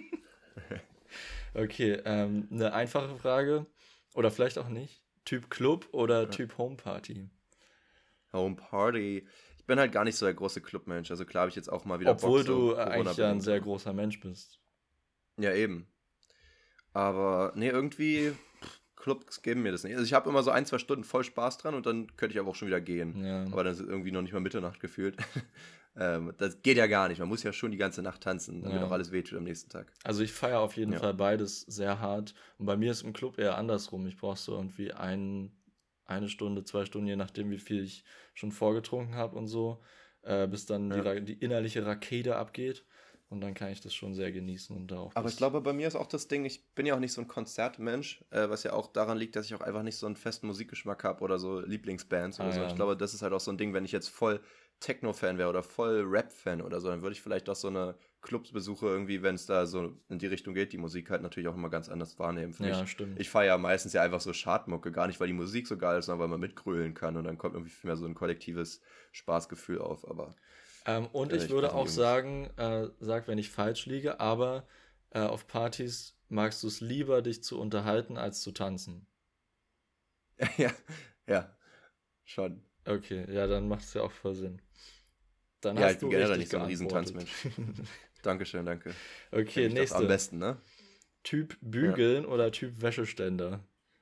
Okay, ähm, eine einfache Frage oder vielleicht auch nicht. Typ Club oder Ja. Typ Homeparty? Home Party. Ich bin halt gar nicht so der große Clubmensch. Also klar habe ich jetzt auch mal wieder Obwohl Bock, so du äh, eigentlich ja ein Corona-bedingt. sehr Aber großer Mensch bist. ja, eben. Aber nee, irgendwie pff, Clubs geben mir das nicht. Also ich habe immer so ein, zwei Stunden voll Spaß dran und dann könnte ich aber auch schon wieder gehen. Ja. Aber dann ist es irgendwie noch nicht mal Mitternacht gefühlt. ähm, das geht ja gar nicht. Man muss ja schon die ganze Nacht tanzen, damit Ja. auch alles wehtut am nächsten Tag. Also ich feiere auf jeden Ja. Fall beides sehr hart. Und bei mir ist im Club eher andersrum. Ich brauche so irgendwie ein, eine Stunde, zwei Stunden, je nachdem, wie viel ich schon vorgetrunken habe und so, äh, bis dann die, Ja. Ra- die innerliche Rakete abgeht. Und dann kann ich das schon sehr genießen und da auch Aber ich bis. glaube, bei mir ist auch das Ding, ich bin ja auch nicht so ein Konzertmensch, äh, was ja auch daran liegt, dass ich auch einfach nicht so einen festen Musikgeschmack habe oder so Lieblingsbands oder Ah so. ja. Ich glaube, das ist halt auch so ein Ding, wenn ich jetzt voll Techno-Fan wäre oder voll Rap-Fan oder so, dann würde ich vielleicht auch so eine Clubsbesuche irgendwie, wenn es da so in die Richtung geht, die Musik halt natürlich auch immer ganz anders wahrnehmen. Für Ja, mich, stimmt. ich feiere ja meistens ja einfach so Schadmucke, gar nicht, weil die Musik so geil ist, sondern weil man mitgrölen kann und dann kommt irgendwie viel mehr so ein kollektives Spaßgefühl auf. Aber Ähm, und äh, ich ich würde weiß nicht, auch irgendwas. sagen, äh, sag, wenn ich falsch liege, aber äh, auf Partys magst du es lieber, dich zu unterhalten, als zu tanzen. ja, ja, schon. Okay, ja, dann macht es ja auch voll Sinn. Dann Ja, hast ich bin du generell richtig nicht so ein geantwortet. Riesentanzmensch. Dankeschön, danke. Okay, Kenn mich doch am nächste. besten, ne? Typ Ja. Bügeln oder Typ Wäscheständer?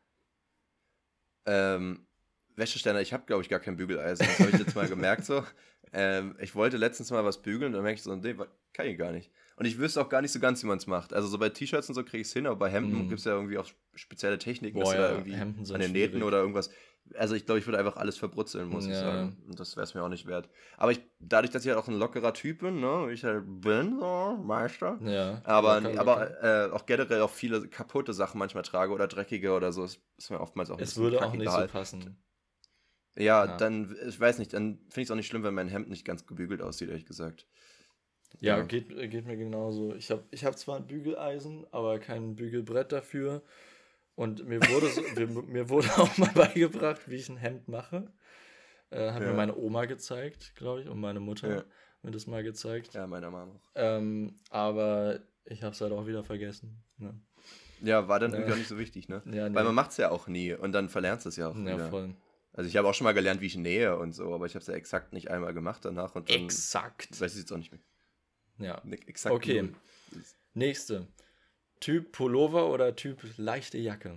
Ähm, Wäscheständer, ich habe, glaube ich, gar kein Bügeleisen. Das habe ich jetzt mal gemerkt so. Ähm, ich wollte letztens mal was bügeln und dann merke ich so, nee, wa- kann ich gar nicht. Und ich wüsste auch gar nicht so ganz, wie man es macht. Also so bei T-Shirts und so kriege ich es hin, aber bei Hemden Mm. gibt es ja irgendwie auch spezielle Techniken, dass Boah, du da ja, irgendwie Hemden an sind den Nähten schwierig. oder irgendwas. Also ich glaube, ich würde einfach alles verbrutzeln, muss ich Ja, sagen. Und das wäre es mir auch nicht wert. Aber ich, dadurch, dass ich halt auch ein lockerer Typ bin, ne, wie ich halt bin, so, Meister. ja, Aber, locker, aber locker. äh, auch generell auch viele kaputte Sachen manchmal trage oder dreckige oder so. Ist, ist mir oftmals auch ein Es bisschen würde auch kackegal. nicht so passen. Ja, Ja, dann, ich weiß nicht, dann finde ich es auch nicht schlimm, wenn mein Hemd nicht ganz gebügelt aussieht, ehrlich gesagt. ja, Ja. geht, geht mir genauso. Ich habe ich hab zwar ein Bügeleisen, aber kein Bügelbrett dafür. Und mir wurde, so, mir, mir wurde auch mal beigebracht, wie ich ein Hemd mache. Äh, hat mir Ja, meine Oma gezeigt, glaube ich, und meine Mutter ja, hat mir das mal gezeigt. ja, meiner Mama auch. Ähm, aber ich habe es halt auch wieder vergessen. Ne? Ja, war dann Ja, irgendwie auch nicht so wichtig, ne? ja, Weil man nee. macht es ja auch nie und dann verlernst du es ja auch Ja, wieder. voll. Also ich habe auch schon mal gelernt, wie ich nähe und so, aber ich habe es ja exakt nicht einmal gemacht danach und dann Exakt. weiß ich jetzt auch nicht mehr. Ja. Ne, exakt Okay. null. Das- Nächste. Typ Pullover oder Typ leichte Jacke?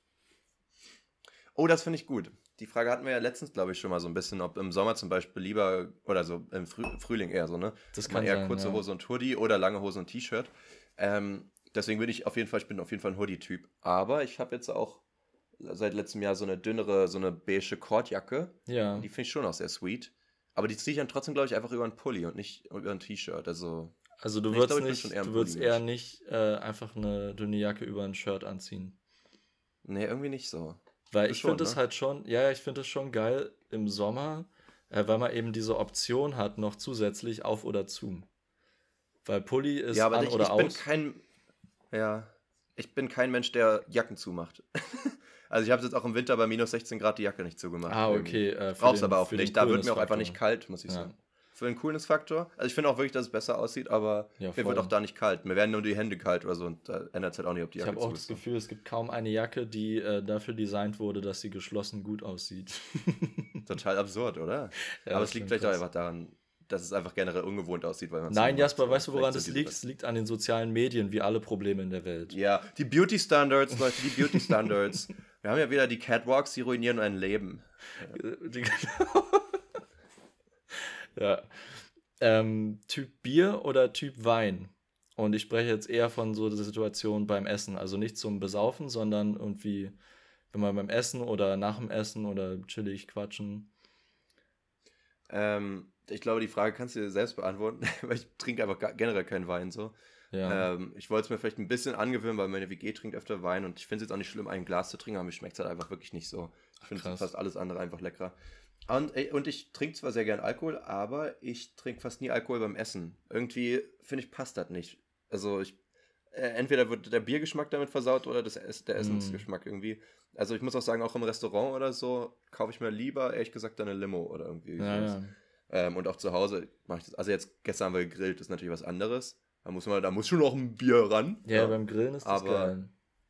Oh, das finde ich gut. Die Frage hatten wir ja letztens, glaube ich, schon mal so ein bisschen, ob im Sommer zum Beispiel lieber, oder so im Früh Frühling eher so, ne? Das Ob man kann eher sein, kurze ja. Hose und Hoodie oder lange Hose und T-Shirt. Ähm, deswegen bin ich auf jeden Fall, ich bin auf jeden Fall ein Hoodie-Typ. Aber ich habe jetzt auch seit letztem Jahr so eine dünnere, so eine beige Kordjacke. Ja. Und die finde ich schon auch sehr sweet. Aber die ziehe ich dann trotzdem, glaube ich, einfach über einen Pulli und nicht über ein T-Shirt. Also, Also du nee, ich würdest glaube, ich bin nicht, schon eher ein du würdest eher Pulli-Mensch. nicht äh, einfach eine dünne Jacke über ein Shirt anziehen. Nee, irgendwie nicht so. Weil Du ich finde schon, es ne? halt schon, ja, ja, ich finde es schon geil im Sommer, äh, weil man eben diese Option hat, noch zusätzlich auf oder zu. Weil Pulli ist Ja, aber an ich, oder ich bin aus. kein, ja, ich bin kein Mensch, der Jacken zumacht. Also ich habe jetzt auch im Winter bei minus sechzehn Grad die Jacke nicht zugemacht. Ah, Irgendwie. okay, äh, für Brauch's den, aber auch für den nicht. Da wird mir auch einfach Coolness-Faktor. nicht kalt, muss ich Ja, sagen. Für den Coolness-Faktor. Also ich finde auch wirklich, dass es besser aussieht, aber ja, mir wird voll. auch da nicht kalt. Mir werden nur die Hände kalt oder so und da ändert es halt auch nicht, ob die Ich Jacke habe auch zu das ist. So. Gefühl, es gibt kaum eine Jacke, die äh, dafür designt wurde, dass sie geschlossen gut aussieht. Total absurd, oder? Ja, Aber das es liegt stimmt vielleicht auch krass. einfach daran, dass es einfach generell ungewohnt aussieht, weil man Nein, so Jasper, macht. weißt du, woran Vielleicht das sind liegt? diese- Es liegt an den sozialen Medien, wie alle Probleme in der Welt. Ja, die Beauty Standards, Leute, die Beauty Standards. Wir haben ja wieder die Catwalks, die ruinieren ein Leben. Die- Ja. Ähm, Typ Bier oder Typ Wein? Und ich spreche jetzt eher von so der Situation beim Essen. Also nicht zum Besaufen, sondern irgendwie, wenn man beim Essen oder nach dem Essen oder chillig quatschen. Ähm, ich glaube, die Frage kannst du dir selbst beantworten, weil ich trinke einfach ga- generell keinen Wein so. Ja. Ähm, ich wollte es mir vielleicht ein bisschen angewöhnen, weil meine W G trinkt öfter Wein und ich finde es jetzt auch nicht schlimm, ein Glas zu trinken, aber mir schmeckt es halt einfach wirklich nicht so. Ich finde krass. fast alles andere einfach leckerer. Und, ey, und ich trinke zwar sehr gern Alkohol, aber ich trinke fast nie Alkohol beim Essen. Irgendwie, finde ich, passt das nicht. Also ich, äh, entweder wird der Biergeschmack damit versaut oder das Ess, der Essensgeschmack irgendwie. Also ich muss auch sagen, auch im Restaurant oder so kaufe ich mir lieber, ehrlich gesagt, dann eine Limo oder irgendwie Ja, sowas. ja. Ähm, und auch zu Hause mache ich das. Also jetzt, gestern haben wir gegrillt, das ist natürlich was anderes. Da muss man, da muss schon noch ein Bier ran. Ja, beim Grillen ist das Aber- geil.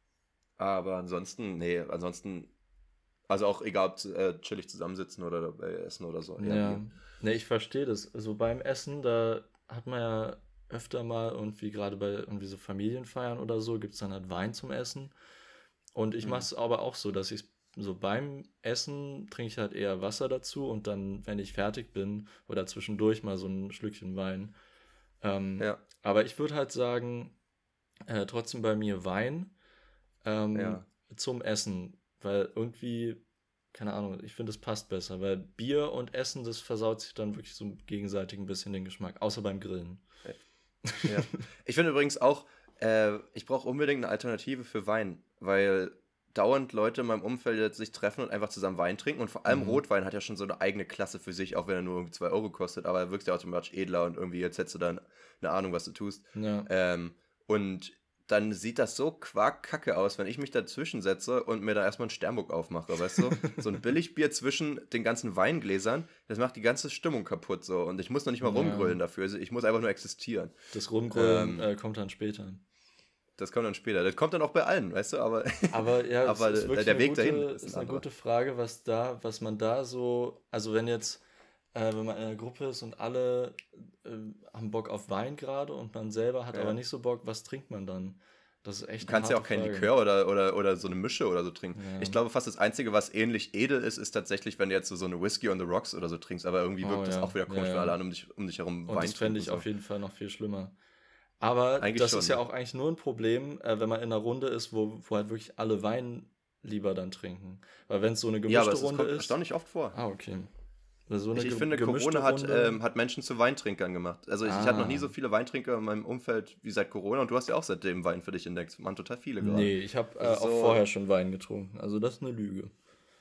Aber ansonsten, nee, ansonsten, also auch egal, ob äh, chillig zusammensitzen oder dabei essen oder so. eher Ja. Bier. Ne, ich verstehe das. Also beim Essen, da hat man ja öfter mal irgendwie, gerade bei irgendwie so Familienfeiern oder so, gibt es dann halt Wein zum Essen. Und ich Mhm. mache es aber auch so, dass ich so beim Essen trinke ich halt eher Wasser dazu und dann, wenn ich fertig bin oder zwischendurch mal so ein Schlückchen Wein. Ähm, Ja, Aber ich würde halt sagen, äh, trotzdem bei mir Wein ähm, Ja. zum Essen, weil irgendwie, keine Ahnung, ich finde, es passt besser, weil Bier und Essen, das versaut sich dann wirklich so gegenseitig ein bisschen den Geschmack, außer beim Grillen. ja. Ich finde übrigens auch, äh, ich brauche unbedingt eine Alternative für Wein, weil dauernd Leute in meinem Umfeld jetzt sich treffen und einfach zusammen Wein trinken und vor allem Mhm. Rotwein hat ja schon so eine eigene Klasse für sich, auch wenn er nur irgendwie zwei Euro kostet, aber er wirkt ja automatisch edler und irgendwie jetzt hättest du dann eine Ahnung, was du tust. Ja, Ähm, und dann sieht das so quarkkacke aus, wenn ich mich dazwischen setze und mir da erstmal einen Sternburg aufmache, weißt du? So ein Billigbier zwischen den ganzen Weingläsern, das macht die ganze Stimmung kaputt so. Und ich muss noch nicht mal Ja. rumgrölen dafür, also ich muss einfach nur existieren. das Rumgrillen Ähm. äh, kommt dann später. Das kommt dann später. Das kommt dann auch bei allen, weißt du, aber Aber ja, Aber es ist der- wirklich der eine Weg gute, dahin ist ist ein eine anderer. gute Frage, was da, was man da so, also wenn jetzt, äh, wenn man in einer Gruppe ist und alle äh, haben Bock auf Wein gerade und man selber hat Ja. aber nicht so Bock, was trinkt man dann? Das ist echt du kannst ja auch kein Likör oder, oder, oder so eine Mische oder so trinken. Ja. Ich glaube, fast das Einzige, was ähnlich edel ist, ist tatsächlich, wenn du jetzt so, so eine Whisky on the Rocks oder so trinkst, aber irgendwie Oh, wirkt das ja. auch wieder komisch, Ja, ja. wenn alle an um dich, um dich herum Und Wein das fände trinken. ich so. auf jeden Fall noch viel schlimmer. Aber Eigentlich das schon, ist ja ne? auch eigentlich nur ein Problem, äh, wenn man in einer Runde ist, wo, wo halt wirklich alle Wein lieber dann trinken. Weil wenn es so eine gemischte Ja, aber es ist- Runde kommt ist. erstaunlich oft vor. Ah, okay. Weil so eine Ich, ich ge- finde, gemischte Corona hat, Runde- ähm, hat Menschen zu Weintrinkern gemacht. Also ich, ich hatte noch nie Ah. so viele Weintrinker in meinem Umfeld wie seit Corona und du hast ja auch seitdem Wein für dich entdeckt. Man total viele gerade. Nee, ich habe äh, Das ist auch so- vorher schon Wein getrunken. Also das ist eine Lüge.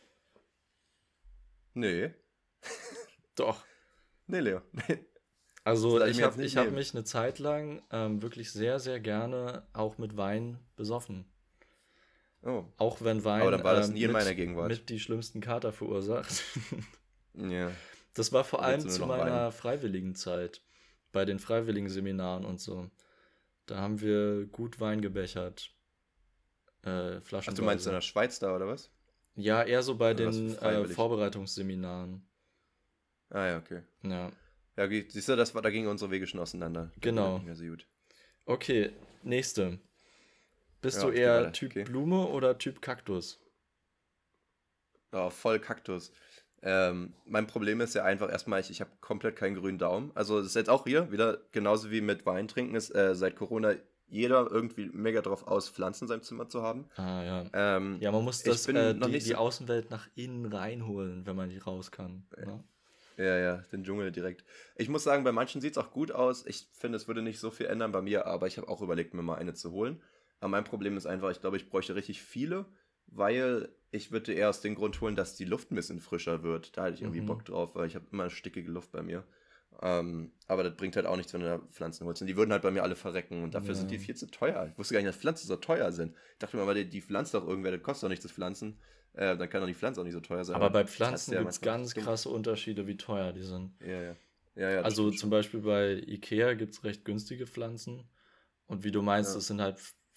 Nee. Doch. Nee, Leo. Also Das lass ich ich mir habe jetzt nicht ich hab nehmen. mich eine Zeit lang ähm, wirklich sehr, sehr gerne auch mit Wein besoffen. Oh. Auch wenn Wein Aber dann war das ähm, nie in mit, meiner Gegenwart. mit die schlimmsten Kater verursacht. Ja. Das war vor Jetzt allem nur zu noch meiner Wein. freiwilligen Zeit. Bei den freiwilligen Seminaren und so. Da haben wir gut Wein gebechert. Äh, Flaschen. Ach, du meinst in der Schweiz da, oder was? Ja, eher so bei Oder was den für äh, freiwillig? Vorbereitungsseminaren. Ah ja, okay. Ja. Ja, ge- siehst du, das war, da gingen unsere Wege schon auseinander. Genau. Nicht mehr so gut. Okay, nächste. Bist Ja, du ich geh eher weiter. Typ Okay. Blume oder Typ Kaktus? Oh, voll Kaktus. Ähm, mein Problem ist ja einfach erstmal, ich, ich habe komplett keinen grünen Daumen. Also, das ist jetzt auch hier wieder, genauso wie mit Wein trinken, ist äh, seit Corona jeder irgendwie mega drauf aus, Pflanzen in seinem Zimmer zu haben. Ah, ja. Ähm, Ja, man muss Ich das, bin äh, noch die, nicht die so- Außenwelt nach innen reinholen, wenn man nicht raus kann. Ne? Ja, ja, den Dschungel direkt. Ich muss sagen, bei manchen sieht es auch gut aus. Ich finde, es würde nicht so viel ändern bei mir, aber ich habe auch überlegt, mir mal eine zu holen. Aber mein Problem ist einfach, ich glaube, ich bräuchte richtig viele, weil ich würde eher aus dem Grund holen, dass die Luft ein bisschen frischer wird. Da hätte ich irgendwie Mhm. Bock drauf, weil ich habe immer stickige Luft bei mir. Ähm, aber das bringt halt auch nichts, wenn du da Pflanzen holst. Und die würden halt bei mir alle verrecken und dafür Ja. sind die viel zu teuer. Ich wusste gar nicht, dass Pflanzen so teuer sind. Ich dachte mir mal, die, die pflanzt doch irgendwer, das kostet doch nichts, das Pflanzen. Äh, dann kann doch die Pflanze auch nicht so teuer sein. Aber bei das Pflanzen heißt ja gibt es manchmal, ganz dumm. krasse Unterschiede, wie teuer die sind. Ja, ja. ja, ja das Also stimmt zum schon. Beispiel bei Ikea gibt es recht günstige Pflanzen. Und wie du meinst, Ja. das sind halt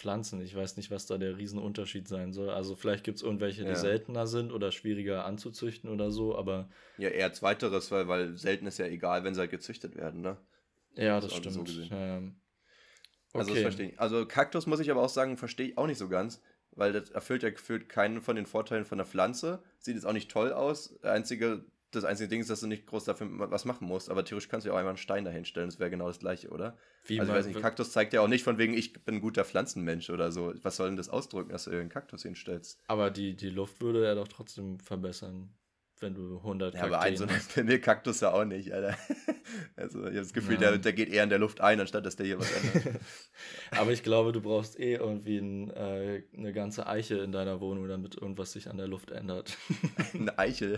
Pflanzen. Ich weiß nicht, was da der Riesenunterschied sein soll. Also vielleicht gibt es irgendwelche, die Ja. seltener sind oder schwieriger anzuzüchten oder so, aber Ja, eher zweiteres, weil, weil selten ist ja egal, wenn sie halt gezüchtet werden, ne? ja, Das das ist also so stimmt. gesehen. Ähm, Also das okay, verstehe ich. Also Kaktus muss ich aber auch sagen, verstehe ich auch nicht so ganz, weil das erfüllt ja gefühlt keinen von den Vorteilen von der Pflanze. Sieht jetzt auch nicht toll aus. Der einzige, das einzige Ding ist, dass du nicht groß dafür was machen musst. Aber theoretisch kannst du ja auch einfach einen Stein dahin stellen. Das wäre genau das Gleiche, oder? wie Also ich weiß man, nicht, Kaktus zeigt ja auch nicht von wegen, ich bin ein guter Pflanzenmensch oder so. Was soll denn das ausdrücken, dass du einen Kaktus hinstellst? aber die, die Luft würde er doch trotzdem verbessern, wenn du hundert Ja, aber ein so Kakteen ein hast. Pimmelkaktus ja auch nicht, Alter. Also ich habe das Gefühl, Ja. der, der geht eher in der Luft ein, anstatt dass der hier was ändert. Aber ich glaube, du brauchst eh irgendwie ein, äh, eine ganze Eiche in deiner Wohnung, damit irgendwas sich an der Luft ändert. Eine Eichel.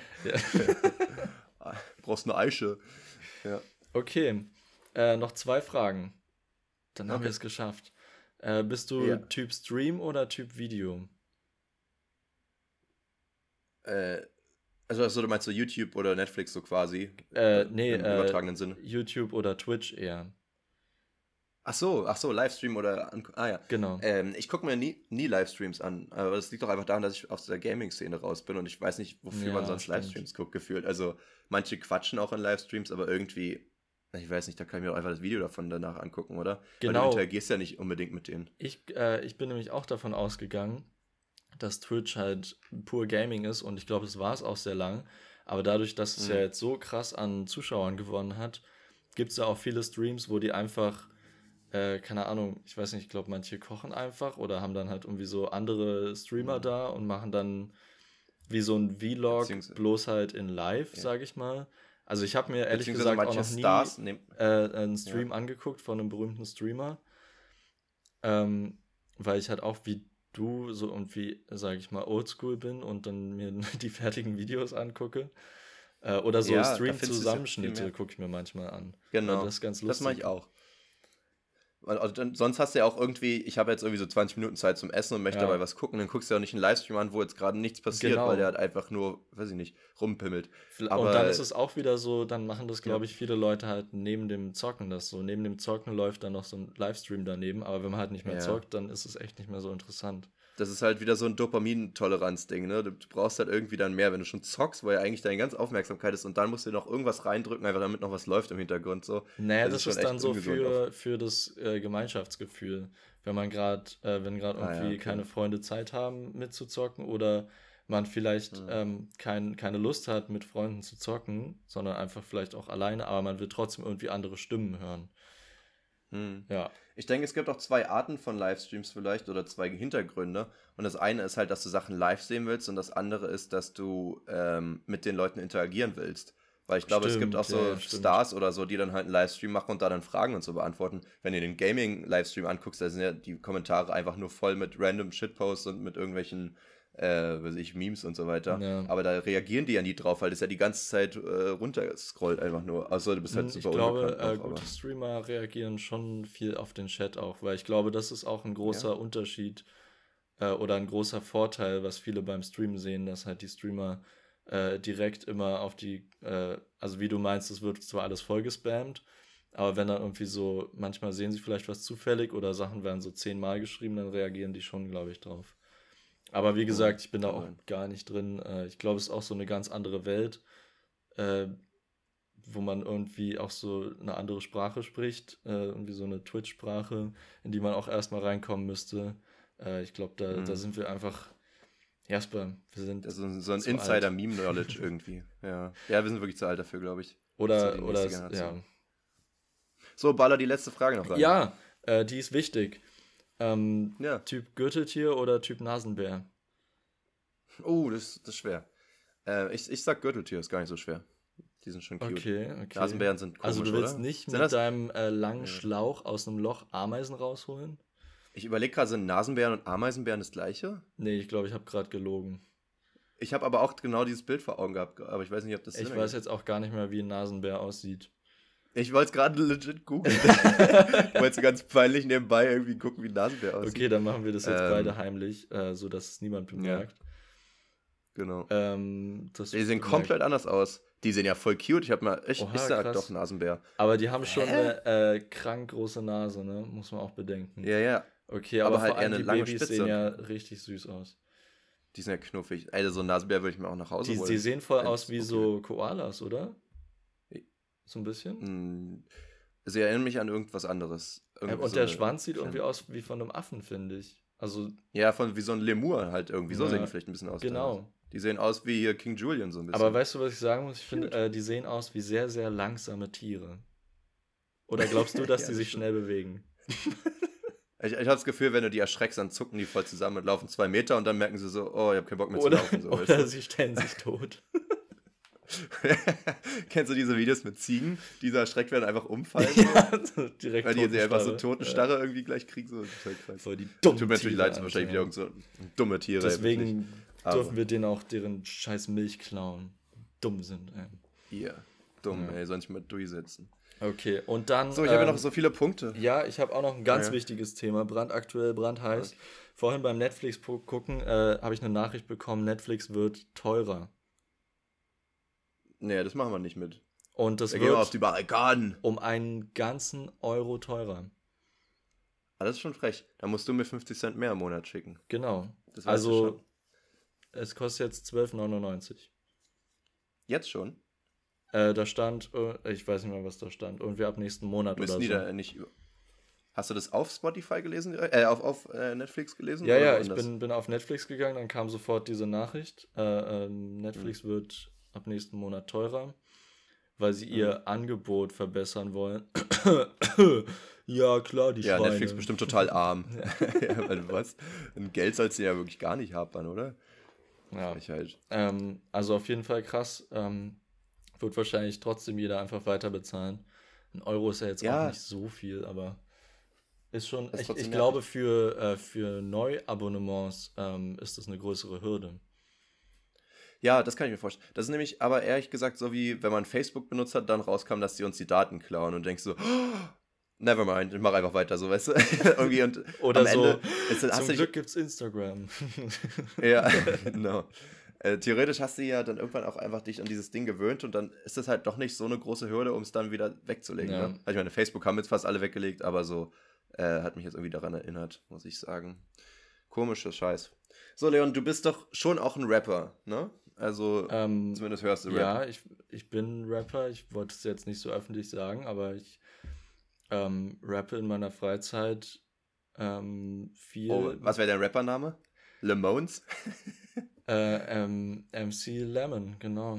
Ja. Brauchst eine Eiche. Ja. Okay, äh, noch zwei Fragen. Dann haben Okay. wir es geschafft. Äh, bist du Ja. Typ Stream oder Typ Video? Äh, also, also du meinst so YouTube oder Netflix so quasi? Äh, nee, Im äh, übertragenen Sinne. YouTube oder Twitch eher. Ach so, ach so, Livestream oder. an- Ah ja. Genau. Ähm, ich gucke mir nie, nie Livestreams an, aber das liegt doch einfach daran, dass ich aus der Gaming-Szene raus bin und ich weiß nicht, wofür Ja, man sonst stimmt. Livestreams guckt, gefühlt. Also, manche quatschen auch in Livestreams, aber irgendwie, ich weiß nicht, da kann ich mir auch einfach das Video davon danach angucken, oder? Weil du Genau. interagierst ja nicht unbedingt mit denen. Ich, äh, ich bin nämlich auch davon ausgegangen, dass Twitch halt pur Gaming ist und ich glaube, es war es auch sehr lang. Aber dadurch, dass es Mhm. ja jetzt so krass an Zuschauern gewonnen hat, gibt es ja auch viele Streams, wo die einfach, äh, keine Ahnung, ich weiß nicht, ich glaube, manche kochen einfach oder haben dann halt irgendwie so andere Streamer Mhm. da und machen dann wie so ein Vlog, Beziehungsweise- bloß halt in live, Ja. sage ich mal. Also ich habe mir ehrlich Beziehungsweise gesagt auch manche noch nie Stars nehmen. äh, einen Stream angeguckt von einem berühmten Streamer, ähm, weil ich halt auch wie du so irgendwie, sage ich mal, oldschool bin und dann mir die fertigen Videos angucke. Äh, oder so Ja, da findest du es ja viel Stream-Zusammenschnitte mehr. gucke ich mir manchmal an. Genau. Ja, das ist ganz Das lustig. mache ich auch. Weil, also, dann- sonst hast du ja auch irgendwie, ich habe jetzt irgendwie so zwanzig Minuten Zeit zum Essen und möchte Ja. dabei was gucken, dann guckst du ja auch nicht einen Livestream an, wo jetzt gerade nichts passiert, Genau. weil der halt einfach nur, weiß ich nicht, rumpimmelt. Vla- Aber- und dann ist es auch wieder so, dann machen das, glaube Ja. ich, viele Leute halt neben dem Zocken das so. Neben dem Zocken läuft dann noch so ein Livestream daneben, aber wenn man halt nicht mehr Ja. zockt, dann ist es echt nicht mehr so interessant. Das ist halt wieder so ein Dopamintoleranz-Ding, ne? Du, du brauchst halt irgendwie dann mehr, wenn du schon zockst, wo ja eigentlich deine ganze Aufmerksamkeit ist und dann musst du noch irgendwas reindrücken, einfach damit noch was läuft im Hintergrund, so. Naja, Das das, ist schon ist dann echt so ungesund für, für das äh, Gemeinschaftsgefühl. Wenn man gerade, äh, wenn gerade Ah, ja, irgendwie okay. keine Freunde Zeit haben mitzuzocken oder man vielleicht Mhm. ähm, kein, keine Lust hat, mit Freunden zu zocken, sondern einfach vielleicht auch alleine, aber man will trotzdem irgendwie andere Stimmen hören. Hm. Ja, Ich denke, es gibt auch zwei Arten von Livestreams vielleicht oder zwei Hintergründe. Und das eine ist halt, dass du Sachen live sehen willst und das andere ist, dass du ähm, mit den Leuten interagieren willst. Weil ich glaube, es gibt Stimmt, auch so ja, ja, stimmt. Stars oder so, die dann halt einen Livestream machen und da dann Fragen und so beantworten. Wenn du den Gaming-Livestream anguckst, da sind ja die Kommentare einfach nur voll mit random Shitposts und mit irgendwelchen, äh, weiß ich, Memes und so weiter. Ja. Aber da reagieren die ja nie drauf, weil das ja die ganze Zeit äh, runterscrollt einfach nur. Also du bist halt Hm, ich super glaube, unbekannt äh, noch, gute aber- Streamer reagieren schon viel auf den Chat auch, weil ich glaube, das ist auch ein großer Ja. Unterschied äh, oder ein großer Vorteil, was viele beim Streamen sehen, dass halt die Streamer äh, direkt immer auf die, äh, also wie du meinst, es wird zwar alles voll gespammt, aber wenn dann irgendwie so, manchmal sehen sie vielleicht was zufällig oder Sachen werden so zehnmal geschrieben, dann reagieren die schon, glaube ich, drauf. Aber wie gesagt, ich bin da kann auch sein. gar nicht drin. Äh, ich glaube, es ist auch so eine ganz andere Welt, äh, wo man irgendwie auch so eine andere Sprache spricht, äh, irgendwie so eine Twitch-Sprache, in die man auch erstmal reinkommen müsste. Äh, ich glaube, da, Mhm. da sind wir einfach, Jasper, wir sind Das ist so ein zu Insider-Meme-Knowledge irgendwie. Ja. ja, wir sind wirklich zu alt dafür, glaube ich. So oder, die oder nächste es- ja, Generation. So, baller die letzte Frage noch rein. ja äh, die ist wichtig. Ähm, Ja. Typ Gürteltier oder Typ Nasenbär? Oh, das, das ist schwer. Äh, ich, ich sag Gürteltier, ist gar nicht so schwer. Die sind schon cute. Okay, okay. Nasenbären sind komisch, Also du willst oder? nicht Sind mit das, deinem äh, langen Ja. Schlauch aus einem Loch Ameisen rausholen? ich überlege gerade, sind Nasenbären und Ameisenbären das gleiche? Nee, ich glaube, ich habe gerade gelogen. Ich habe aber auch genau dieses Bild vor Augen gehabt, aber ich weiß nicht, ob das Ich Sinn weiß ergibt. jetzt auch gar nicht mehr, wie ein Nasenbär aussieht. Ich wollte es gerade legit googeln. Ich wollte so ganz peinlich nebenbei irgendwie gucken, wie ein Nasenbär aussieht. Okay, dann machen wir das jetzt Ähm, beide heimlich, äh, sodass es niemand bemerkt. Genau. Ähm, das Die sehen bemerkt- komplett anders aus. Die sehen ja voll cute. Ich habe mal, ich, Oha, ich sag krass. doch Nasenbär. Aber die haben schon Hä? eine äh, krank große Nase, ne? Muss man auch bedenken. Ja, ja. Okay, aber, aber halt vor eher allem eine die lange Babys Spitze. sehen ja richtig süß aus. Die sind ja knuffig. Alter, so ein Nasenbär würde ich mir auch nach Hause Die, holen. die sehen voll wenn's aus wie okay so Koalas, oder? wäre. So ein bisschen. Hm, Sie erinnern mich an irgendwas anderes. Ähm, Irgendwie und so der eine Schwanz sieht irgendwie kleine- aus wie von einem Affen, finde ich. Also, Ja, von wie so ein Lemur halt irgendwie. So sehen die ja, vielleicht ein bisschen aus. genau. teilweise. Die sehen aus wie hier King Julian so ein bisschen. Aber weißt du, was ich sagen muss? Ich finde, Cute. äh, die sehen aus wie sehr, sehr langsame Tiere. Oder glaubst du, dass Ja, die das sich stimmt. schnell bewegen? Ich, ich habe das Gefühl, wenn du die erschreckst, dann zucken die voll zusammen und laufen zwei Meter und dann merken sie so, oh, ich habe keinen Bock mehr Oder, zu laufen. So, oder weißt sie stellen sich tot. du? Kennst du diese Videos mit Ziegen, die so erschreckt werden, einfach umfallen? Ja, so direkt Weil die sie einfach so Totenstarre. Totenstarre irgendwie gleich kriegen. So, total krass. Voll die Tut dummen mir natürlich Tiere, leid, es sind wahrscheinlich wieder Alter. irgend so dumme Tiere. wirklich. Deswegen Aber- dürfen wir denen auch deren scheiß Milch klauen. Dumm sind, ey. Ja, dumm, Ja. ey, soll ich mal durchsetzen. Okay, und dann. So, ich habe ja ähm, noch so viele Punkte. Ja, ich habe auch noch ein ganz Ja. wichtiges Thema, brandaktuell, brandheiß. Okay. Vorhin beim Netflix pu- gucken, äh, habe ich eine Nachricht bekommen, Netflix wird teurer. Nee, das machen wir nicht mit. Und das Da gehen wir auf wird die Barrikaden. um einen ganzen Euro teurer. Ah, das ist schon frech. Da musst du mir fünfzig Cent mehr im Monat schicken. Genau. Das weißt du Also, schon. es kostet jetzt zwölf neunundneunzig. Jetzt schon? Äh, da stand, äh, ich weiß nicht mehr, was da stand, irgendwie ab nächsten Monat Müssen oder die so. da nicht über. Hast du das auf Spotify gelesen? direkt? Äh, auf, auf äh, Netflix gelesen? Ja, oder ja, ich woanders? bin, bin auf Netflix gegangen, dann kam sofort diese Nachricht. Äh, ähm, Netflix Mhm. wird ab nächsten Monat teurer, weil sie ihr Mhm. Angebot verbessern wollen. Ja, klar, die Ja, Schweine. Netflix bestimmt total arm. Ja, weil was? Ein Geld sollst du ja wirklich gar nicht hapern, oder? Ja, Ich halt. ähm, also auf jeden Fall krass. Ähm, wird wahrscheinlich trotzdem jeder einfach weiter bezahlen. Ein Euro ist ja jetzt Ja. auch nicht so viel, aber ist schon, Ist ich, trotzdem ich nervig. glaube, für, äh, für Neuabonnements ähm, ist das eine größere Hürde. Ja, das kann ich mir vorstellen. Das ist nämlich aber ehrlich gesagt so wie, wenn man Facebook benutzt hat, dann rauskam, dass die uns die Daten klauen und denkst so, oh, never mind, ich mach einfach weiter, so, weißt du? Irgendwie und Oder am so, Ende ist, hast zum du Glück gibt's Instagram. Ja, genau. Äh, theoretisch hast du ja dann irgendwann auch einfach dich an dieses Ding gewöhnt und dann ist das halt doch nicht so eine große Hürde, um es dann wieder wegzulegen. Ja. Ne? Also ich meine, Facebook haben jetzt fast alle weggelegt, aber so äh, hat mich jetzt irgendwie daran erinnert, muss ich sagen. Komischer Scheiß. So, Leon, du bist doch schon auch ein Rapper, ne? Also, ähm, zumindest hörst du Rap. ja, ich, ich bin Rapper. Ich wollte es jetzt nicht so öffentlich sagen, aber ich ähm, rappe in meiner Freizeit ähm, viel. Oh, was wäre dein Rappername? Lemones? Äh, ähm, M C Lemon, genau.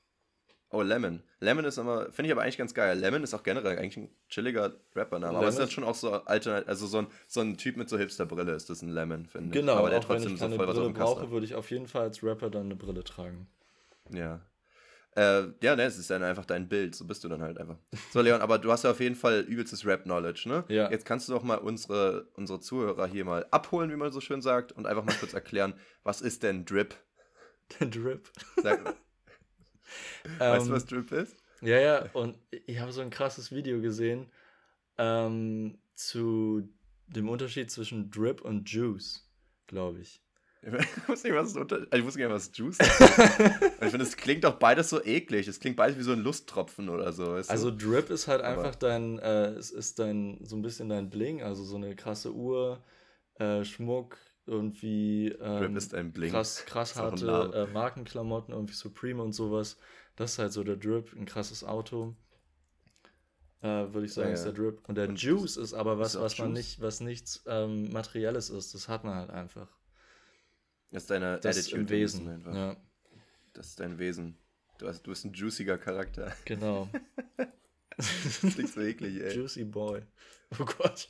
Oh, Lemon. Lemon ist aber, finde ich aber eigentlich ganz geil. Lemon ist auch generell eigentlich ein chilliger Rappername. Aber es ist Lemon- dann schon auch so alternat, also so ein, so ein Typ mit so Hipsterbrille ist das ein Lemon, finde ich. Genau, aber der auch wenn trotzdem ich so keine voll was auf Brille dem Kasten brauche, würde ich auf jeden Fall als Rapper dann eine Brille tragen. hat. Ja. Äh, ja, ne, es ist dann einfach dein Bild, so bist du dann halt einfach. So, Leon, aber du hast ja auf jeden Fall übelstes Rap-Knowledge, ne? Ja. Jetzt kannst du doch mal unsere, unsere Zuhörer hier mal abholen, wie man so schön sagt, und einfach mal kurz erklären, was ist denn Drip? Der Drip. Sag, weißt du, Ähm, was Drip ist? Ja, ja, und ich habe so ein krasses Video gesehen ähm, zu dem Unterschied zwischen Drip und Juice, glaube ich. Ich wusste nicht, was es unter... also ich wusste gar nicht, was Juice ist. Und ich finde, es klingt doch beides so eklig. Es klingt beides wie so ein Lusttropfen oder so. Weißt Also du? Drip ist halt Aber- einfach dein, äh, es ist dein, so ein bisschen dein Bling, also so eine krasse Uhr, äh, Schmuck, irgendwie ähm, Drip ist ein Bling. krass, krass Ist auch ein harte Name. äh, Markenklamotten, irgendwie Supreme und sowas. Das ist halt so der Drip, ein krasses Auto. Äh, würde ich sagen, Ja, ist ja. der Drip. Und der Und Juice ist aber was, ist auch was man Juice? nicht, was nichts ähm, Materielles ist. Das hat man halt einfach. Das ist deine Das ist Attitude. im ein bisschen Wesen. einfach. Ja, Das ist dein Wesen. Du, hast, du bist ein juiciger Charakter. genau. Das klingt so eklig, ey. Juicy Boy. Oh Gott.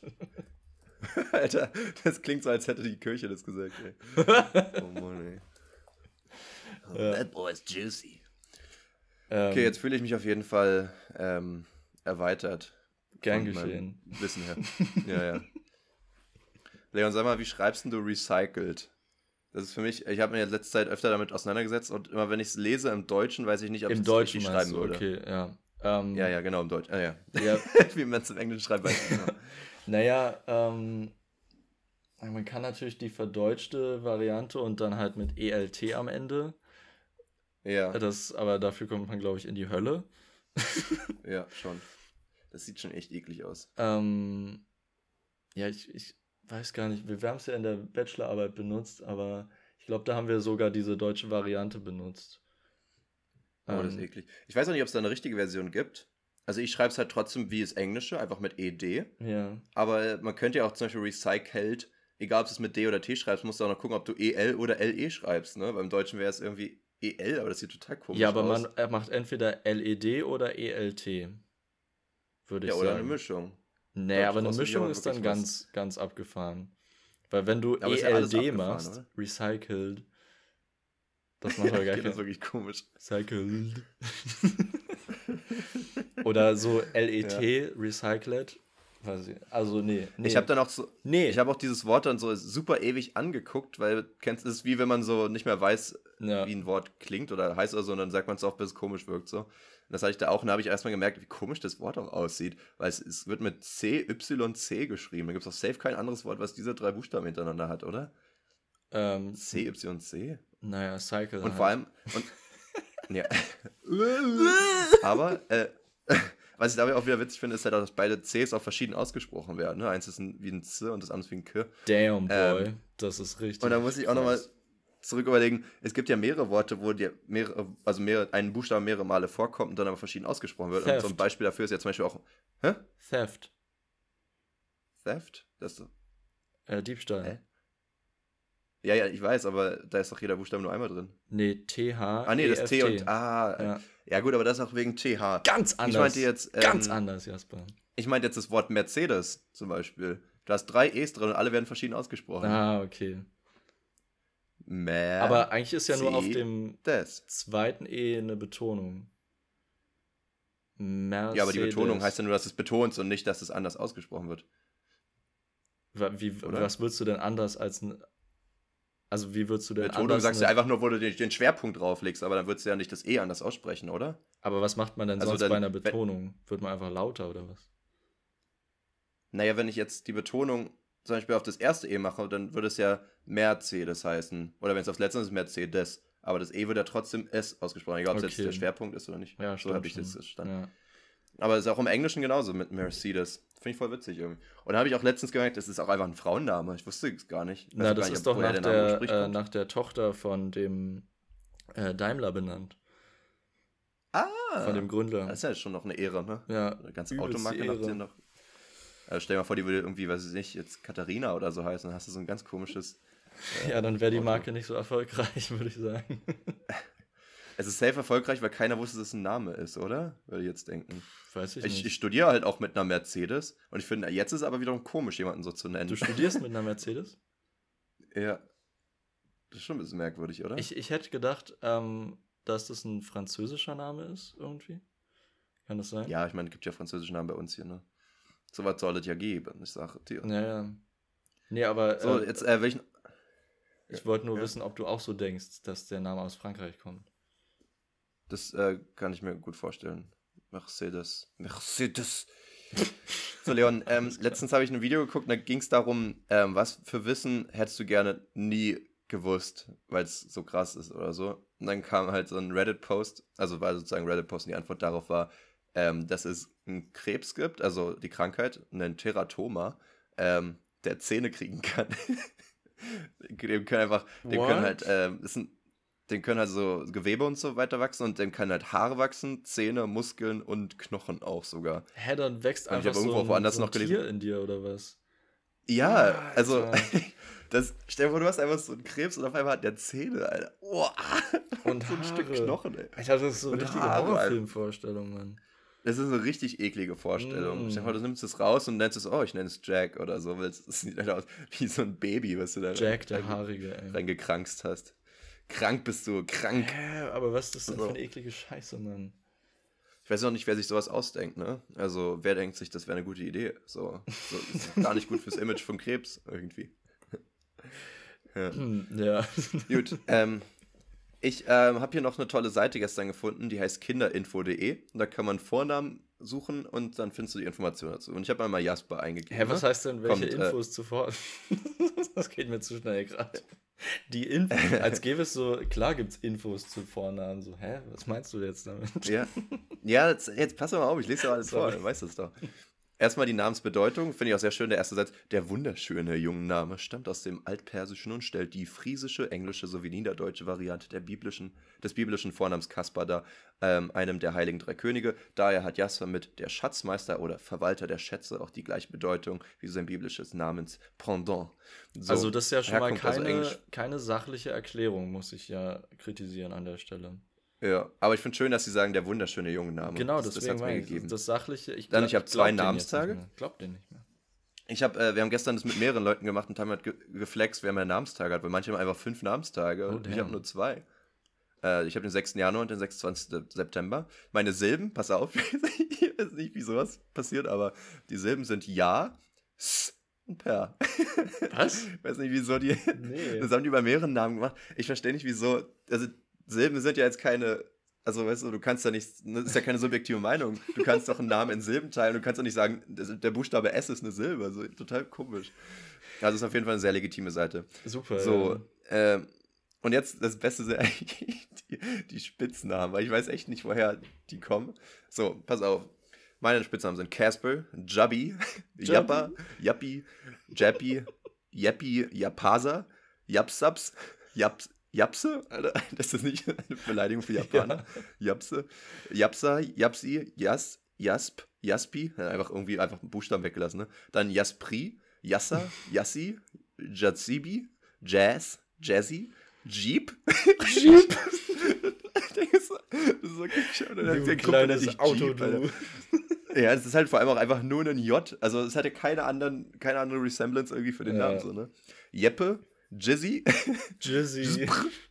Alter, das klingt so, als hätte die Kirche das gesagt, ey. Oh Mann, ey. Oh, Ja. That boy is juicy. Ähm, Okay, jetzt fühle ich mich auf jeden Fall ähm, erweitert. Gern von meinem geschehen. Wissen her. Ja, ja. Leon, sag mal, wie schreibst denn du recycelt? Das ist für mich, ich habe mir in letzter Zeit öfter damit auseinandergesetzt und immer wenn ich es lese im Deutschen, weiß ich nicht, ob ich Im es Deutschen richtig meinst schreiben du, würde. okay, ja. Ähm, Ja, ja, genau, im Deutschen. Ah, ja. Ja, Wie man es im Englischen schreibt, weiß ich nicht genau. naja, ähm, man kann natürlich die verdeutschte Variante und dann halt mit E L T am Ende. Ja, Das, aber dafür kommt man, glaube ich, in die Hölle. ja, schon. Das sieht schon echt eklig aus. Ähm, ja, ich, ich, weiß gar nicht, wir, wir haben es ja in der Bachelorarbeit benutzt, aber ich glaube, da haben wir sogar diese deutsche Variante benutzt. Oh, das ist Ähm, eklig. Ich weiß auch nicht, ob es da eine richtige Version gibt. Also ich schreibe es halt trotzdem wie das Englische, einfach mit ed. ja. Aber man könnte ja auch zum Beispiel recycled, egal ob du es mit D oder T schreibst, musst du auch noch gucken, ob du el oder le schreibst. Ne? Beim Deutschen wäre es irgendwie el, aber das sieht total komisch aus. Ja, aber man er macht entweder led oder elt, würde ich Ja, oder sagen. eine Mischung. Nee, Glaub, aber eine brauchst du nicht Mischung auch ist dann wirklich was- ganz, ganz abgefahren. Weil wenn du Aber ist ja alles eld abgefahren, machst, oder? recycled, das macht aber gar Okay, das ist keinen wirklich komisch. Recycled. Oder so let, recycled. Weiß ich. Also, nee. nee. Ich habe dann auch so, Nee. ich habe auch dieses Wort dann so super ewig angeguckt, weil kennst es ist wie wenn man so nicht mehr weiß, Ja. wie ein Wort klingt oder heißt oder so, und dann sagt man es auch, bis es komisch wirkt so. Und das hatte ich da auch, und da habe ich erstmal gemerkt, wie komisch das Wort auch aussieht, weil es, es wird mit C Y C geschrieben. Da gibt es auch safe kein anderes Wort, was diese drei Buchstaben hintereinander hat, oder? Ähm, C Y C? naja, Cycle. Und halt. vor allem, und, ja. Aber, äh, was ich dabei auch wieder witzig finde, ist halt auch, dass beide Cs auch verschieden ausgesprochen werden. Ne? Eins ist ein, wie ein Z und das andere ist wie ein K. Damn, boy. Ähm, das ist richtig. Und da muss ich auch nochmal krass. zurück überlegen, es gibt ja mehrere Worte, wo dir mehrere, also mehrere, ein Buchstaben mehrere Male vorkommt und dann aber verschieden ausgesprochen wird. Und so ein Theft. Beispiel dafür ist ja zum Beispiel auch, hä? Theft. Theft? Das ist so, Äh, Diebstahl. Hä? ja, ja, ich weiß, aber da ist doch jeder Buchstabe nur einmal drin. Nee, T H. Ah, nee, das T und, ah, Ja. ja gut, aber das ist auch wegen T H. Ganz anders. Ich meinte jetzt, ähm, Ganz anders, Jasper. Ich meinte jetzt das Wort Mercedes zum Beispiel. Du hast drei E's drin und alle werden verschieden ausgesprochen. Ah, okay. Mer Aber eigentlich ist ja nur auf C- dem das. zweiten E eine Betonung. Mercedes. Ja, aber die Betonung heißt ja nur, dass es betont und nicht, dass es anders ausgesprochen wird. Wa- Wie, Oder? was würdest du denn anders als ein. Also, wie würdest du denn Betonung anders. sagst du eine- einfach nur, wo du den, den Schwerpunkt drauflegst, aber dann würdest du ja nicht das E anders aussprechen, oder? Aber was macht man denn Also sonst dann- bei einer wenn- Betonung? Wird man einfach lauter oder was? Naja, wenn ich jetzt die Betonung zum Beispiel auf das erste E mache, dann würde es ja Mercedes heißen. Oder wenn es aufs letzte ist, Mercedes. Aber das E wird ja trotzdem S ausgesprochen, egal ob es Okay. jetzt der Schwerpunkt ist oder nicht. Ja, so stimmt. habe ich das schon. verstanden. Ja. Aber es ist auch im Englischen genauso mit Mercedes. Finde ich voll witzig irgendwie. Und da habe ich auch letztens gemerkt, das ist auch einfach ein Frauenname. Ich wusste es gar nicht. Ich weiß Na, gar das nicht, ist doch woher nach Name der, ursprünglich äh, kommt. nach der Tochter von dem äh, Daimler benannt. Ah, Von dem Gründer. das ist ja schon noch eine Ehre, ne? Ja, Eine ganze übelst Automarke die nach Ehre. dir noch. Also stell dir mal vor, die würde irgendwie, weiß ich nicht, jetzt Katharina oder so heißen. Dann hast du so ein ganz komisches. Ja, dann wäre die Auto. Marke nicht so erfolgreich, würde ich sagen. Es ist safe erfolgreich, weil keiner wusste, dass es ein Name ist, oder? Würde ich jetzt denken. Weiß ich Ich, nicht. ich studiere halt auch mit einer Mercedes und ich finde, jetzt ist es aber wiederum komisch, jemanden so zu nennen. Du studierst mit einer Mercedes? Ja. Das ist schon ein bisschen merkwürdig, oder? Ich, ich hätte gedacht, ähm, dass das ein französischer Name ist, irgendwie. Kann das sein? Ja, ich meine, es gibt ja französische Namen bei uns hier, ne? So was soll es ja geben, ich sage dir. Ja, ja. Nee, aber So, äh, jetzt äh, will ich. ich wollte nur ja. wissen, ob du auch so denkst, dass der Name aus Frankreich kommt. Das äh, kann ich mir gut vorstellen. Mercedes. Mercedes. So, Leon, ähm, letztens habe ich ein Video geguckt, da ging es darum, ähm, was für Wissen hättest du gerne nie gewusst, weil es so krass ist oder so. Und dann kam halt so ein Reddit-Post, also war sozusagen Reddit-Post und die Antwort darauf war, ähm, dass es einen Krebs gibt, also die Krankheit, einen Teratoma, ähm, der Zähne kriegen kann. Dem können einfach, dem What? können halt, ähm, ist ein, dem können halt so Gewebe und so weiter wachsen und dem können halt Haare wachsen, Zähne, Muskeln und Knochen auch sogar. Hä, dann wächst Hab ich einfach aber irgendwo so ein, woanders so ein noch gelesen. Tier in dir, oder was? Ja, Alter. also, das, stell dir vor, du hast einfach so einen Krebs und auf einmal hat der Zähne, Alter. Oh, Und so ein Stück Haare. Knochen, ey. Alter, das ist so eine Und richtige Haare, Horrorfilmvorstellung, Mann. Das ist eine richtig eklige Vorstellung. Mm. Stell dir vor, du nimmst es raus und nennst es, oh, ich nenne es Jack oder so, weil es sieht halt aus wie so ein Baby, was du da Jack, der rein- Haarige, ey. reingekrankst hast. Krank bist du, krank. Hä, aber was ist das denn So. für eine eklige Scheiße, Mann? Ich weiß auch nicht, wer sich sowas ausdenkt, ne? Also, wer denkt sich, das wäre eine gute Idee? So, so das ist gar nicht gut fürs Image von Krebs, irgendwie. Ja. Hm, ja. Gut, ähm, ich ähm, habe hier noch eine tolle Seite gestern gefunden, die heißt kinderinfo punkt de. Und da kann man Vornamen suchen und dann findest du die Informationen dazu. Und ich habe einmal Jasper eingegeben. Hä, was ne? heißt denn, welche Kommt, äh, Infos zuvor? Das geht mir zu schnell gerade. Die Infos, als gäbe es so, klar gibt es Infos zu Vornamen. So, hä, was meinst du jetzt damit? Ja, ja jetzt, jetzt pass mal auf, ich lese ja alles vor, Sorry. dann weißt du es doch. erstmal die Namensbedeutung, finde ich auch sehr schön. Der erste Satz, der wunderschöne Jungenname stammt aus dem Altpersischen und stellt die friesische, englische sowie niederdeutsche Variante der biblischen, des biblischen Vornamens Kaspar dar, ähm, einem der heiligen drei Könige. Daher hat Jasper mit der Schatzmeister oder Verwalter der Schätze auch die gleiche Bedeutung wie sein biblisches Namenspendant. So, also das ist ja schon mal Herkunft, also keine, Englisch. keine sachliche Erklärung, muss ich ja kritisieren an der Stelle. Ja, aber ich finde schön, dass sie sagen, der wunderschöne Jungenname. Genau, das, das deswegen hat's mir meine ich, gegeben. das, das Sachliche, ich, Dann, gla- ich habe ich zwei glaub denen jetzt Namenstage. nicht mehr. Glaub denen nicht mehr. Ich hab, äh, wir haben gestern das mit mehreren Leuten gemacht und haben halt ge geflext, wer mehr Namenstage hat, weil manche haben einfach fünf Namenstage Oh, und ich damn. habe nur zwei. Äh, ich habe den sechsten Januar und den sechsundzwanzigsten September. Meine Silben, pass auf, ich weiß nicht, wie sowas passiert, aber die Silben sind Ja, S und Per. Was? Ich weiß nicht, wieso die. Nee. Das haben die bei mehreren Namen gemacht. Ich verstehe nicht, wieso. Also, Silben sind ja jetzt keine. Also, weißt du, du kannst ja nicht. Das ist ja keine subjektive Meinung. Du kannst doch einen Namen in Silben teilen. Du kannst doch nicht sagen, der Buchstabe S ist eine Silbe. So, total komisch. Also, ist auf jeden Fall eine sehr legitime Seite. Super. So, ja. ähm. Und jetzt das Beste sind eigentlich die, die Spitznamen, weil ich weiß echt nicht, woher die kommen. So, pass auf. Meine Spitznamen sind Casper, Jubby, Jappa, Yappi, Jappy, Yappi, Yapasa, Japsaps, Japs, Japse, Alter, das ist nicht eine Beleidigung für Japaner. Ja. Japse, Japsa, Japsi, Jas, Jasp, Jaspi, einfach irgendwie einfach einen Buchstaben weggelassen, ne? Dann Jaspri, Yassa, Yassi, Jatsibi, Jazz, Jazzy, Jeep. Jeep. Das ist so, das ist so kitschig. Du Der Kumpel kleines nennt sich Auto, Jeep, du. Alter. Ja, es ist halt vor allem auch einfach nur ein J. Also es hatte keine anderen, keine andere Resemblance irgendwie für den Ja. Namen, so, ne? Jeppe, Jizzy, Jizzy.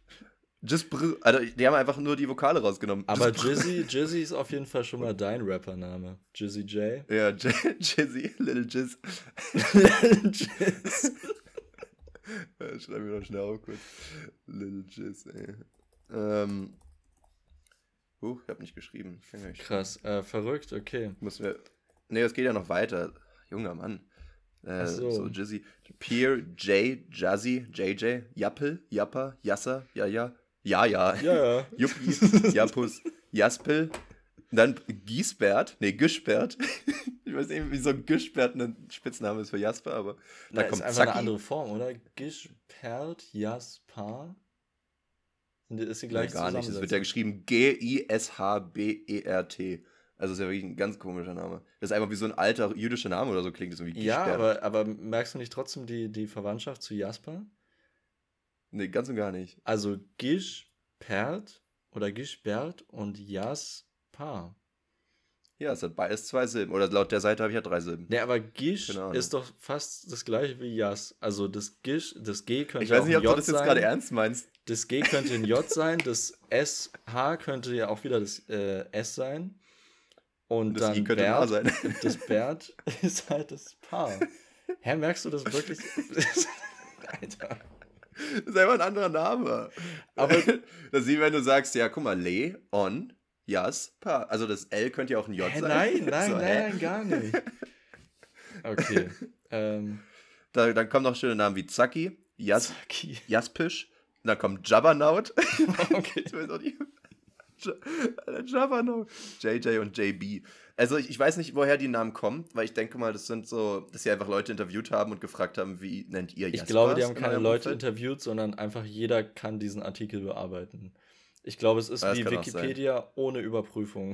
Jispr, also die haben einfach nur die Vokale rausgenommen. Aber Jispr. Jizzy, Jizzy ist auf jeden Fall schon mal dein Rappername. Jizzy J. Ja, J Jizzy, Little Jizz. Jizz. Ja, schreib mir noch schnell auf kurz. Little Jizz, ey. Ähm. Uh, ich hab nicht geschrieben. Ich kann gar nicht Krass, äh, verrückt, okay. Müssen wir. Ne, es geht ja noch weiter. Junger Mann. Äh, Ach so. so, Jizzy. Peer, J, Jazzy, J J, Jappel, Jappa, Yassa, Jaja, Jaja, Ja, ja. Juppie, Jappus, Jaspel. Dann Giesbert, nee, Güschbert. Ich weiß nicht, wieso Güschbert ein Spitzname ist für Jasper, aber da Na, kommt ist einfach Zacki. eine andere Form, oder? Gispert, Jaspar. Sind die- Ist die Nee, gleiche gar nicht. Es wird ja geschrieben G I S H B E R T. Also ist ja wirklich ein ganz komischer Name. Das ist einfach wie so ein alter jüdischer Name oder so klingt. Das irgendwie Ja, Giesbert. aber, aber merkst du nicht trotzdem die, die Verwandtschaft zu Jasper? Nee, ganz und gar nicht. Also Gispert oder Gispert und Jaspar. Ja, es hat beides zwei Silben. Oder laut der Seite habe ich ja drei Silben. Ne, aber Gisch Keine Ahnung. ist doch fast das gleiche wie Jas. Also das Gisch, das G könnte Ich weiß auch nicht, ein ob du J das jetzt sein. gerade ernst meinst. Das G könnte ein J sein, das S H könnte ja auch wieder das äh, S sein. Und Das dann I könnte ein A Bert, sein. und das Bert ist halt das Paar. Hä, merkst du das wirklich? Alter. Das ist einfach ein anderer Name. Aber- das ist wie wenn du sagst, ja, guck mal, Le, On, Jas, Pa. Also das L könnte ja auch ein J Hä, sein. nein, nein, So, nein, hä? nein, gar nicht. Okay. Ähm, Da, dann kommen noch schöne Namen wie Zacki, Jas, Zacki. Jaspisch. Dann kommt Jabbernaut. Okay. Ich weiß auch nicht. J- Alter, Jabbernaut. J J und J B. Also ich, ich weiß nicht, woher die Namen kommen, weil ich denke mal, das sind so, dass sie einfach Leute interviewt haben und gefragt haben, wie nennt ihr Ich Jaspers glaube, die haben in keine eurem Leute Umfeld? interviewt, sondern einfach jeder kann diesen Artikel bearbeiten. Ich glaube, es ist Das wie kann auch sein. Wikipedia ohne Überprüfung.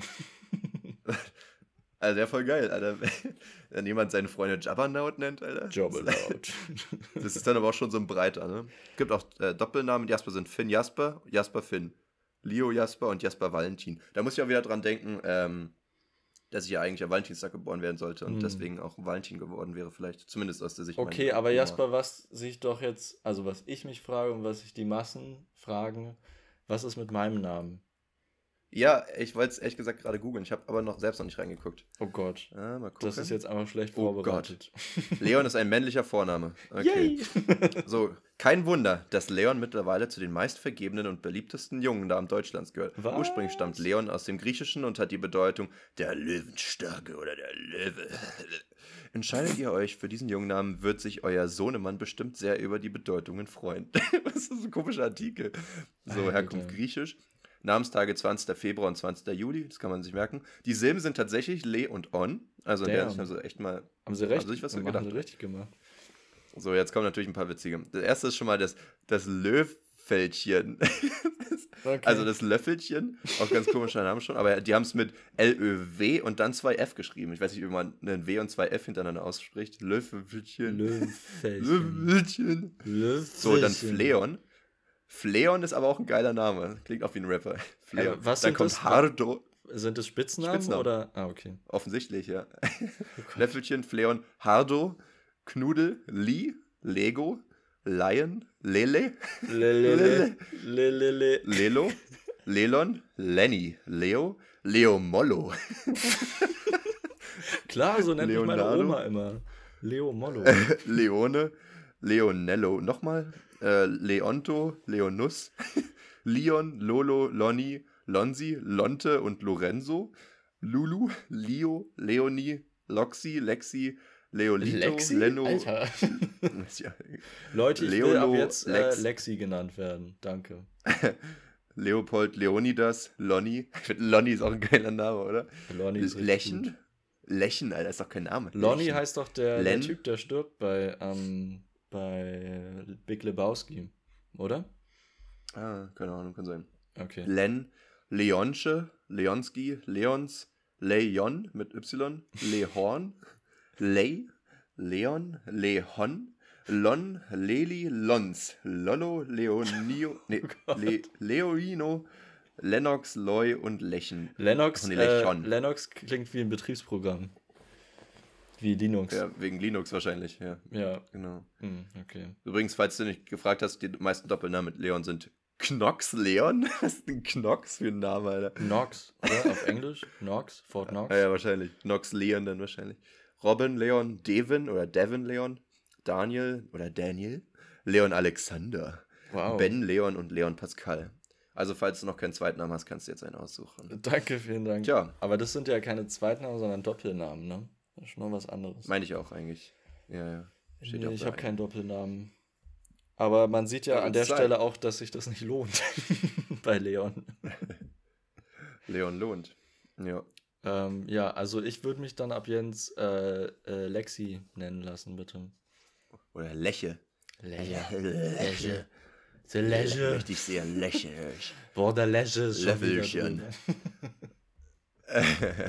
Also wäre voll geil, Alter. Wenn jemand seine Freunde Jabbernaut nennt, Alter. Jobbernaut. Das ist dann aber auch schon so ein breiter, ne? Gibt auch äh, Doppelnamen, Jasper sind Finn Jasper, Jasper Finn, Leo Jasper und Jasper Valentin. Da muss ich auch wieder dran denken, ähm, dass ich ja eigentlich am Valentinstag geboren werden sollte und Hm. deswegen auch ein Valentin geworden wäre, vielleicht. Zumindest aus der Sicht Okay, meiner aber Oma. Jasper, was sich doch jetzt, also was ich mich frage und was sich die Massen fragen, was ist mit meinem Namen? Ja, ich wollte es ehrlich gesagt gerade googeln. Ich habe aber noch selbst noch nicht reingeguckt. Oh Gott, Ah, mal gucken. das ist jetzt einfach schlecht Oh vorbereitet. Leon ist ein männlicher Vorname. Okay. Yay! So, kein Wunder, dass Leon mittlerweile zu den meistvergebenen und beliebtesten Jungennamen Deutschlands gehört. Was? Ursprünglich stammt Leon aus dem Griechischen und hat die Bedeutung der Löwenstarke oder der Löwe. Entscheidet ihr euch für diesen Jungennamen, wird sich euer Sohnemann bestimmt sehr über die Bedeutungen freuen. Das ist ein komischer Artikel. So, Alter. Herkunft Griechisch. Namenstage zwanzigster Februar und zwanzigster Juli, das kann man sich merken. Die Silben sind tatsächlich Le und On. Also in der sich also echt mal. Haben sie recht, haben sie sich was haben gedacht. sie richtig gemacht. So, jetzt kommen natürlich ein paar witzige. Das erste ist schon mal das, das Löffelchen. Okay. Also das Löffelchen, auch ganz komischer Name schon, aber die haben es mit L Ö W und dann zwei F geschrieben. Ich weiß nicht, wie man einen W und zwei F hintereinander ausspricht. Löffelchen. Löffelchen. Löffelchen. Löffelchen. So, dann Fleon. Fleon ist aber auch ein geiler Name. Klingt auch wie ein Rapper. Fleon. Äh, was dann sind kommt das? Hardo. Sind das Spitznamen, Spitznamen oder? Ah, okay. Offensichtlich, ja. Oh Löffelchen, Fleon, Hardo, Knudel, Lee, Lego, Lion, Lele, Lele, Lele, Lelo, Lelon, Lenny, Leo, Leo Mollo. Klar, so nennt Leonardo. mich meine Oma immer. Leo Mollo. Leone, Leonello, nochmal, äh, Leonto, Leonus, Leon, Lolo, Lonny, Lonzi, Lonte und Lorenzo, Lulu, Leo, Leonie, Loxi, Lexi, Leolito, Lexi? Leno. Alter. Ja. Leute, ich Leolo, will ab jetzt äh, Lex. Lexi genannt werden. Danke. Leopold, Leonidas, Lonny. Ich finde, Lonny ist auch ein geiler Name, oder? Lonny ist richtig Lechen? gut. Lechen, Alter, ist doch kein Name. Lonny Lechen. heißt doch der, der Len? Typ, der stirbt bei, ähm, bei Big Lebowski, oder? Ah, keine Ahnung, kann sein. Okay. Len, Leonsche, Leonski, Leons, Leon mit Y, Lehorn, Lei, Leon, Lehon, Lon, Leli, Lons, Lollo, Leonio, nee, Oh Le, Leoino, Lennox, Loy und Lechen. Lennox, Ach nee, äh, Lechon. Lennox klingt wie ein Betriebsprogramm. Wie Linux. Ja, wegen Linux wahrscheinlich, ja. Ja. Genau. Hm, okay. Übrigens, falls du nicht gefragt hast, die meisten Doppelnamen mit Leon sind Knox Leon? Was ist denn Knox für ein Name, Alter? Knox, oder? Auf Englisch? Knox? Fort Knox? Ja, ja, wahrscheinlich. Knox Leon dann wahrscheinlich. Robin Leon, Devin oder Devin Leon, Daniel oder Daniel, Leon Alexander, Wow. Ben Leon und Leon Pascal. Also falls du noch keinen Zweitnamen hast, kannst du jetzt einen aussuchen. Danke, vielen Dank. Tja. Aber das sind ja keine Zweitnamen, sondern Doppelnamen, ne? Das ist schon noch was anderes. Meine ich auch eigentlich. Ja, ja. Steht Nee, auch ich da habe eigentlich. keinen Doppelnamen. Aber man sieht ja Ja, an der willst du Stelle auch, dass sich das nicht lohnt bei Leon. Leon lohnt. Ja. Ähm, ja, also ich würde mich dann ab jetzt äh, äh, Lexi nennen lassen, bitte. Oder Leche. Leche. Leche. The Leche. Möchte ich sehr Leche. Boah, der Leche ist schon wieder Löffelchen. drin.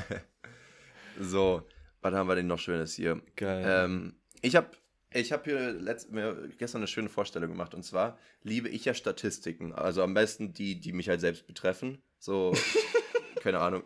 So, was haben wir denn noch Schönes hier? Geil. Ähm, ich habe ich hab hier letzt, mir gestern eine schöne Vorstellung gemacht. Und zwar liebe ich ja Statistiken. Also am besten die, die mich halt selbst betreffen. So, keine Ahnung.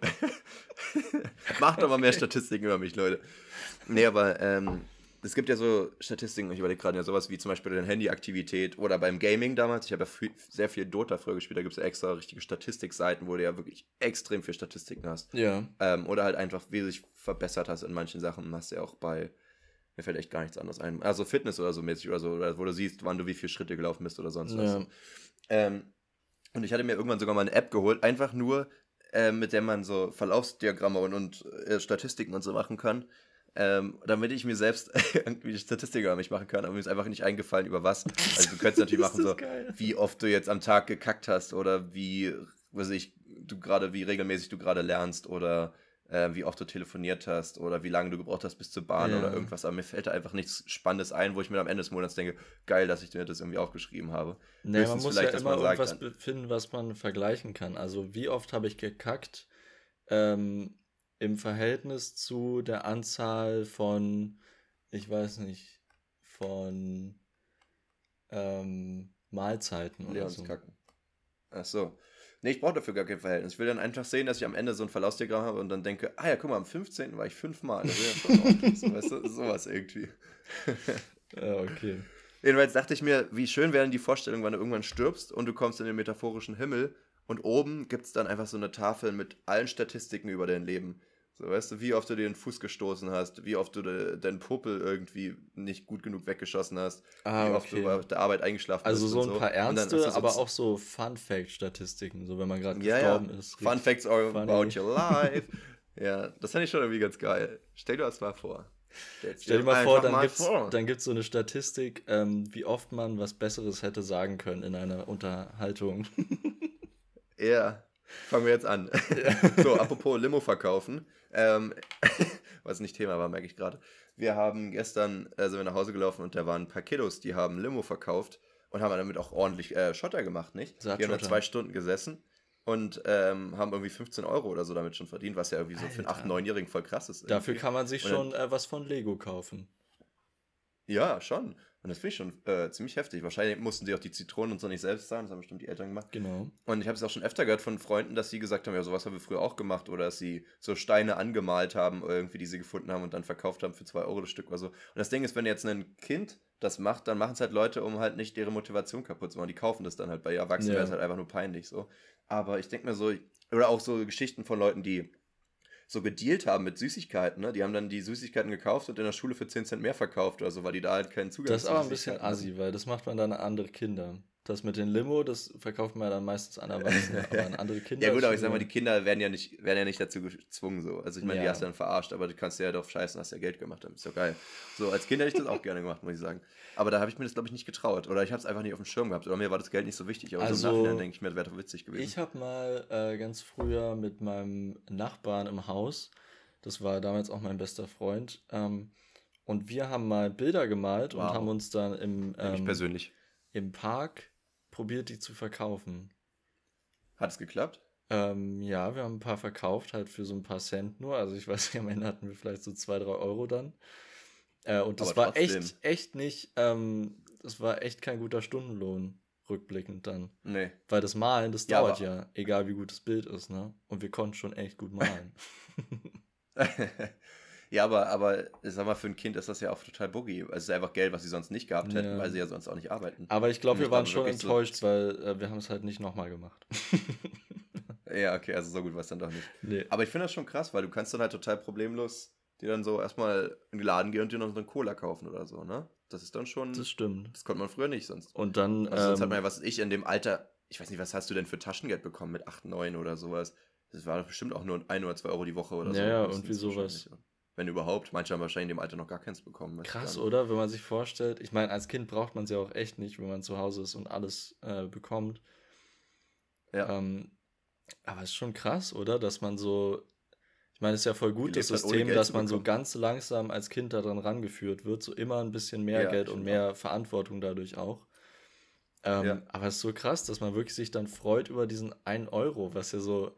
Macht doch mal mehr Statistiken über mich, Leute. Nee, aber ähm, es gibt ja so Statistiken, ich überlege gerade ja sowas wie zum Beispiel deine Handyaktivität oder beim Gaming damals. Ich habe ja viel, sehr viel Dota früher gespielt, da gibt es ja extra richtige Statistikseiten, wo du ja wirklich extrem viel Statistiken hast. Ja. Ähm, oder halt einfach, wie du dich verbessert hast in manchen Sachen, hast du ja auch bei, mir fällt echt gar nichts anderes ein. Also Fitness oder so mäßig oder so, oder wo du siehst, wann du wie viele Schritte gelaufen bist oder sonst was. Ja. Ähm, und ich hatte mir irgendwann sogar mal eine App geholt, einfach nur, äh, mit der man so Verlaufsdiagramme und, und äh, Statistiken und so machen kann. Ähm, damit ich mir selbst irgendwie Statistiken über mich machen kann, aber mir ist einfach nicht eingefallen, über was. Also du könntest natürlich machen, so, geil. wie oft du jetzt am Tag gekackt hast oder wie, weiß ich, du gerade, wie regelmäßig du gerade lernst oder äh, wie oft du telefoniert hast oder wie lange du gebraucht hast bis zur Bahn Ja. oder irgendwas. Aber mir fällt da einfach nichts Spannendes ein, wo ich mir am Ende des Monats denke, geil, dass ich mir das irgendwie aufgeschrieben habe. Nee, man Höchstens muss vielleicht, ja dass immer man sagt, irgendwas finden, was man vergleichen kann. Also wie oft habe ich gekackt ähm, im Verhältnis zu der Anzahl von, ich weiß nicht, von ähm, Mahlzeiten oder Leons so. kacken. Ach so. Nee, ich brauche dafür gar kein Verhältnis. Ich will dann einfach sehen, dass ich am Ende so ein Verlaufsdiagramm habe und dann denke, ah ja, guck mal, am fünfzehnten war ich fünfmal. Das wäre ja schon ordentlich. So, weißt du, sowas irgendwie. Ja, okay. Jedenfalls dachte ich mir, wie schön wäre denn die Vorstellung, wenn du irgendwann stirbst und du kommst in den metaphorischen Himmel und oben gibt es dann einfach so eine Tafel mit allen Statistiken über dein Leben. So, weißt du, wie oft du dir den Fuß gestoßen hast, wie oft du de, deinen Popel irgendwie nicht gut genug weggeschossen hast, Ah, wie oft okay. du bei der Arbeit eingeschlafen Also bist. so und ein paar Und dann ernste, hast du so aber z- auch so Fun-Fact-Statistiken, so wenn man gerade Ja, ja. gestorben ist. Fun Facts all funny. about your life. Ja, das fand ich schon irgendwie ganz geil. Stell dir das mal vor. Stell's Stell dir mal vor, einfach dann mal gibt's, vor. dann gibt's so eine Statistik, ähm, wie oft man was Besseres hätte sagen können in einer Unterhaltung. Ja, Fangen wir jetzt an. So, apropos Limo verkaufen. Ähm, was nicht Thema war, merke ich gerade. Wir haben gestern, äh, sind wir nach Hause gelaufen und da waren ein paar Kiddos, die haben Limo verkauft und haben damit auch ordentlich äh, Schotter gemacht, nicht? Die haben dann zwei Stunden gesessen und ähm, haben irgendwie fünfzehn Euro oder so damit schon verdient, was ja irgendwie so für einen acht-, neunjährigen voll krass ist. Irgendwie. Dafür kann man sich schon dann, äh, was von Lego kaufen. Ja, schon. Und das finde ich schon äh, ziemlich heftig. Wahrscheinlich mussten sie auch die Zitronen und so nicht selbst zahlen. Das haben bestimmt die Eltern gemacht. Genau. Und ich habe es auch schon öfter gehört von Freunden, dass sie gesagt haben, ja, sowas haben wir früher auch gemacht. Oder dass sie so Steine angemalt haben, irgendwie, die sie gefunden haben und dann verkauft haben für zwei Euro das Stück oder so. Und das Ding ist, wenn jetzt ein Kind das macht, dann machen es halt Leute, um halt nicht ihre Motivation kaputt zu machen. Die kaufen das dann halt. Bei Erwachsenen ja. wäre es halt einfach nur peinlich so. Aber ich denke mir so, oder auch so Geschichten von Leuten, die so gedealt haben mit Süßigkeiten, ne? Die haben dann die Süßigkeiten gekauft und in der Schule für zehn Cent mehr verkauft oder so, weil die da halt keinen Zugang zu haben. Das ist aber ein bisschen assi, weil das macht man dann an andere Kinder. Das mit den Limo, das verkauft man ja dann meistens an Erwachsene, aber an andere Kinder. Ja gut, aber ich sag mal, die Kinder werden ja nicht, werden ja nicht dazu gezwungen so. Also ich meine, ja. die hast du dann verarscht, aber du kannst ja doch scheißen, hast ja Geld gemacht, das ist doch geil. So, als Kind hätte ich das auch gerne gemacht, muss ich sagen. Aber da habe ich mir das, glaube ich, nicht getraut. Oder ich habe es einfach nicht auf dem Schirm gehabt. Oder mir war das Geld nicht so wichtig. Aber also, so im Nachhinein denke ich mir, das wäre doch witzig gewesen. Ich habe mal äh, ganz früher mit meinem Nachbarn im Haus, das war damals auch mein bester Freund, ähm, und wir haben mal Bilder gemalt wow. und haben uns dann im, ähm, persönlich. im Park probiert, die zu verkaufen. Hat es geklappt? Ähm, ja, wir haben ein paar verkauft, halt für so ein paar Cent nur. Also ich weiß nicht, am Ende hatten wir vielleicht so zwei, drei Euro dann. Äh, und das Aber war trotzdem. echt, echt nicht, ähm, das war echt kein guter Stundenlohn, rückblickend dann. Nee. Weil das Malen, das ja, dauert ja, egal wie gut das Bild ist, ne? Und wir konnten schon echt gut malen. Ja, aber, aber ich sag mal, für ein Kind ist das ja auch total boogie. Also es ist einfach Geld, was sie sonst nicht gehabt hätten, ja. weil sie ja sonst auch nicht arbeiten. Aber ich glaube, wir waren schon enttäuscht, so weil äh, wir haben es halt nicht nochmal gemacht. Ja, okay, also so gut war es dann doch nicht. Nee. Aber ich finde das schon krass, weil du kannst dann halt total problemlos dir dann so erstmal in den Laden gehen und dir noch so einen Cola kaufen oder so, ne? Das ist dann schon... Das stimmt. Das konnte man früher nicht sonst. Und dann... Also sonst ähm, hat man ja, was ich in dem Alter... Ich weiß nicht, was hast du denn für Taschengeld bekommen mit acht, neun oder sowas? Das war bestimmt auch nur ein oder zwei Euro die Woche oder ja, so. Ja, irgendwie sowas. Wenn überhaupt. Manche haben wahrscheinlich in dem Alter noch gar keins bekommen. Krass, oder? Wenn man sich vorstellt. Ich meine, als Kind braucht man es ja auch echt nicht, wenn man zu Hause ist und alles äh, bekommt. Ja. Ähm, aber es ist schon krass, oder? Dass man so... Ich meine, es ist ja voll gut, das System, dass man so ganz langsam als Kind daran rangeführt wird. So immer ein bisschen mehr ja, Geld und mehr auch. Verantwortung dadurch auch. Ähm, ja. Aber es ist so krass, dass man wirklich sich dann freut über diesen einen Euro, was ja so...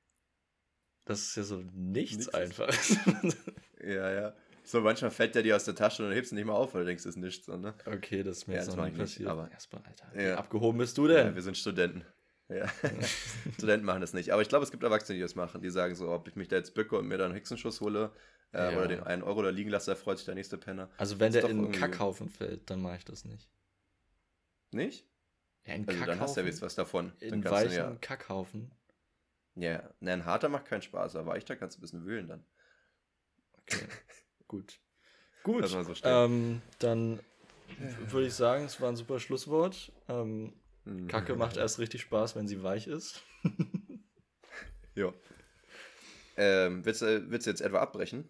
Das ist ja so nichts, nichts einfach. Ja, ja. So, manchmal fällt der dir aus der Tasche und du hebst ihn nicht mal auf, weil du denkst, das ist nichts. So, ne? Okay, das ist mir ja, jetzt das noch nicht passiert. Aber Erstmal, Alter. Ja. Wie abgehoben bist du denn? Ja, wir sind Studenten. Ja. Studenten machen das nicht. Aber ich glaube, es gibt Erwachsene, die das machen. Die sagen so, ob ich mich da jetzt bücke und mir dann einen Hexenschuss hole äh, ja. oder den einen Euro da liegen lasse, da freut sich der nächste Penner. Also wenn der in einen Kackhaufen fällt, dann mache ich das nicht. Nicht? Ja, in also Kackhaufen? Dann hast du ja jetzt was davon. In weichen ja Kackhaufen? Ja, ne, ein harter macht keinen Spaß, aber weichter kannst du ein bisschen wühlen dann. Okay, gut. Gut, so ähm, dann würde ich sagen, es war ein super Schlusswort. Ähm, Kacke macht erst richtig Spaß, wenn sie weich ist. Ja. Ähm, willst, du, willst du jetzt etwa abbrechen?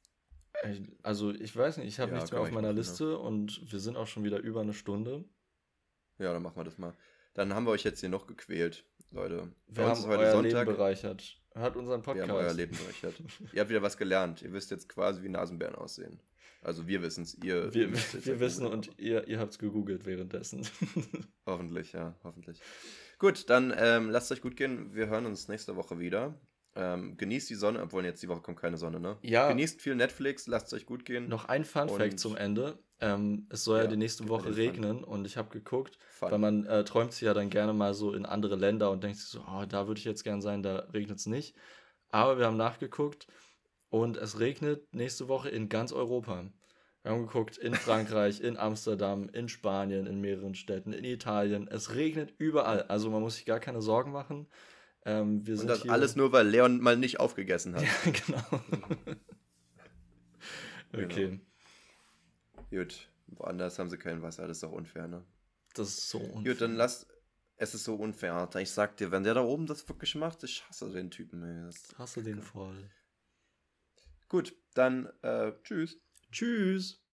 Also, ich weiß nicht, ich habe ja, nichts mehr auf meiner Liste ja. und wir sind auch schon wieder über eine Stunde. Ja, dann machen wir das mal. Dann haben wir euch jetzt hier noch gequält, Leute. Wir haben heute euer Sonntag. Leben bereichert. Hört unseren Podcast. Wir haben euer Leben bereichert. Ihr habt wieder was gelernt. Ihr wisst jetzt quasi, wie Nasenbären aussehen. Also wir wissen es, ihr... Wir, wir wissen und ihr, ihr habt es gegoogelt währenddessen. Hoffentlich, ja, hoffentlich. Gut, dann ähm, lasst es euch gut gehen. Wir hören uns nächste Woche wieder. Ähm, genießt die Sonne, obwohl jetzt die Woche kommt keine Sonne, ne? Ja. Genießt viel Netflix, lasst es euch gut gehen. Noch ein Fun-Fact zum Ende. Ähm, es soll ja, ja die nächste Woche regnen Fun. Und ich habe geguckt, Fun. weil man äh, träumt sich ja dann gerne mal so in andere Länder und denkt sich so, oh, da würde ich jetzt gern sein, da regnet es nicht. Aber wir haben nachgeguckt und es regnet nächste Woche in ganz Europa. Wir haben geguckt in Frankreich, in Amsterdam, in Spanien, in mehreren Städten, in Italien. Es regnet überall. Also man muss sich gar keine Sorgen machen. Ähm, wir und sind das hier... alles nur, weil Leon mal nicht aufgegessen hat. Ja, genau. Okay. Genau. Gut. Woanders haben sie kein Wasser. Das ist doch unfair, ne? Das ist so unfair. Gut, dann lass... Es ist so unfair, Alter. Ich sag dir, wenn der da oben das wirklich macht, ich hasse den Typen, ey. Ich hasse den voll. Gut, dann äh, tschüss. Tschüss.